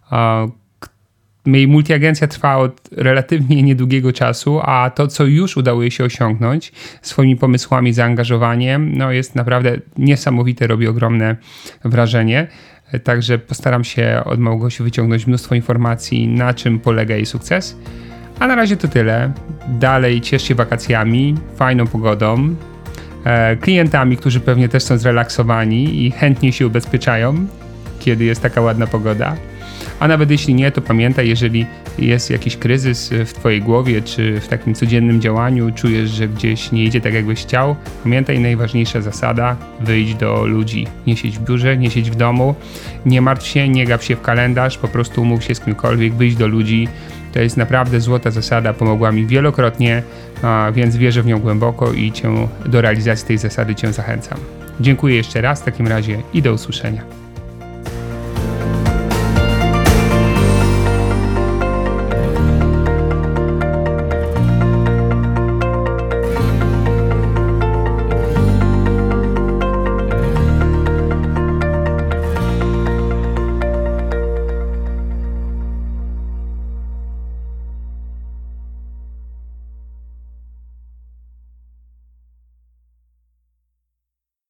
Jej multiagencja trwa od relatywnie niedługiego czasu, a to, co już udało jej się osiągnąć swoimi pomysłami, zaangażowaniem, no jest naprawdę niesamowite, robi ogromne wrażenie. Także postaram się od Małgosi wyciągnąć mnóstwo informacji, na czym polega jej sukces. A na razie to tyle. Dalej ciesz się wakacjami, fajną pogodą, e, klientami, którzy pewnie też są zrelaksowani i chętnie się ubezpieczają, kiedy jest taka ładna pogoda. A nawet jeśli nie, to pamiętaj, jeżeli jest jakiś kryzys w twojej głowie, czy w takim codziennym działaniu, czujesz, że gdzieś nie idzie tak, jakbyś chciał, pamiętaj, najważniejsza zasada, wyjdź do ludzi. Nie siedź w biurze, nie siedź w domu, nie martw się, nie gap się w kalendarz, po prostu umów się z kimkolwiek, wyjdź do ludzi. To jest naprawdę złota zasada, pomogła mi wielokrotnie, a więc wierzę w nią głęboko i cię do realizacji tej zasady cię zachęcam. Dziękuję jeszcze raz w takim razie i do usłyszenia.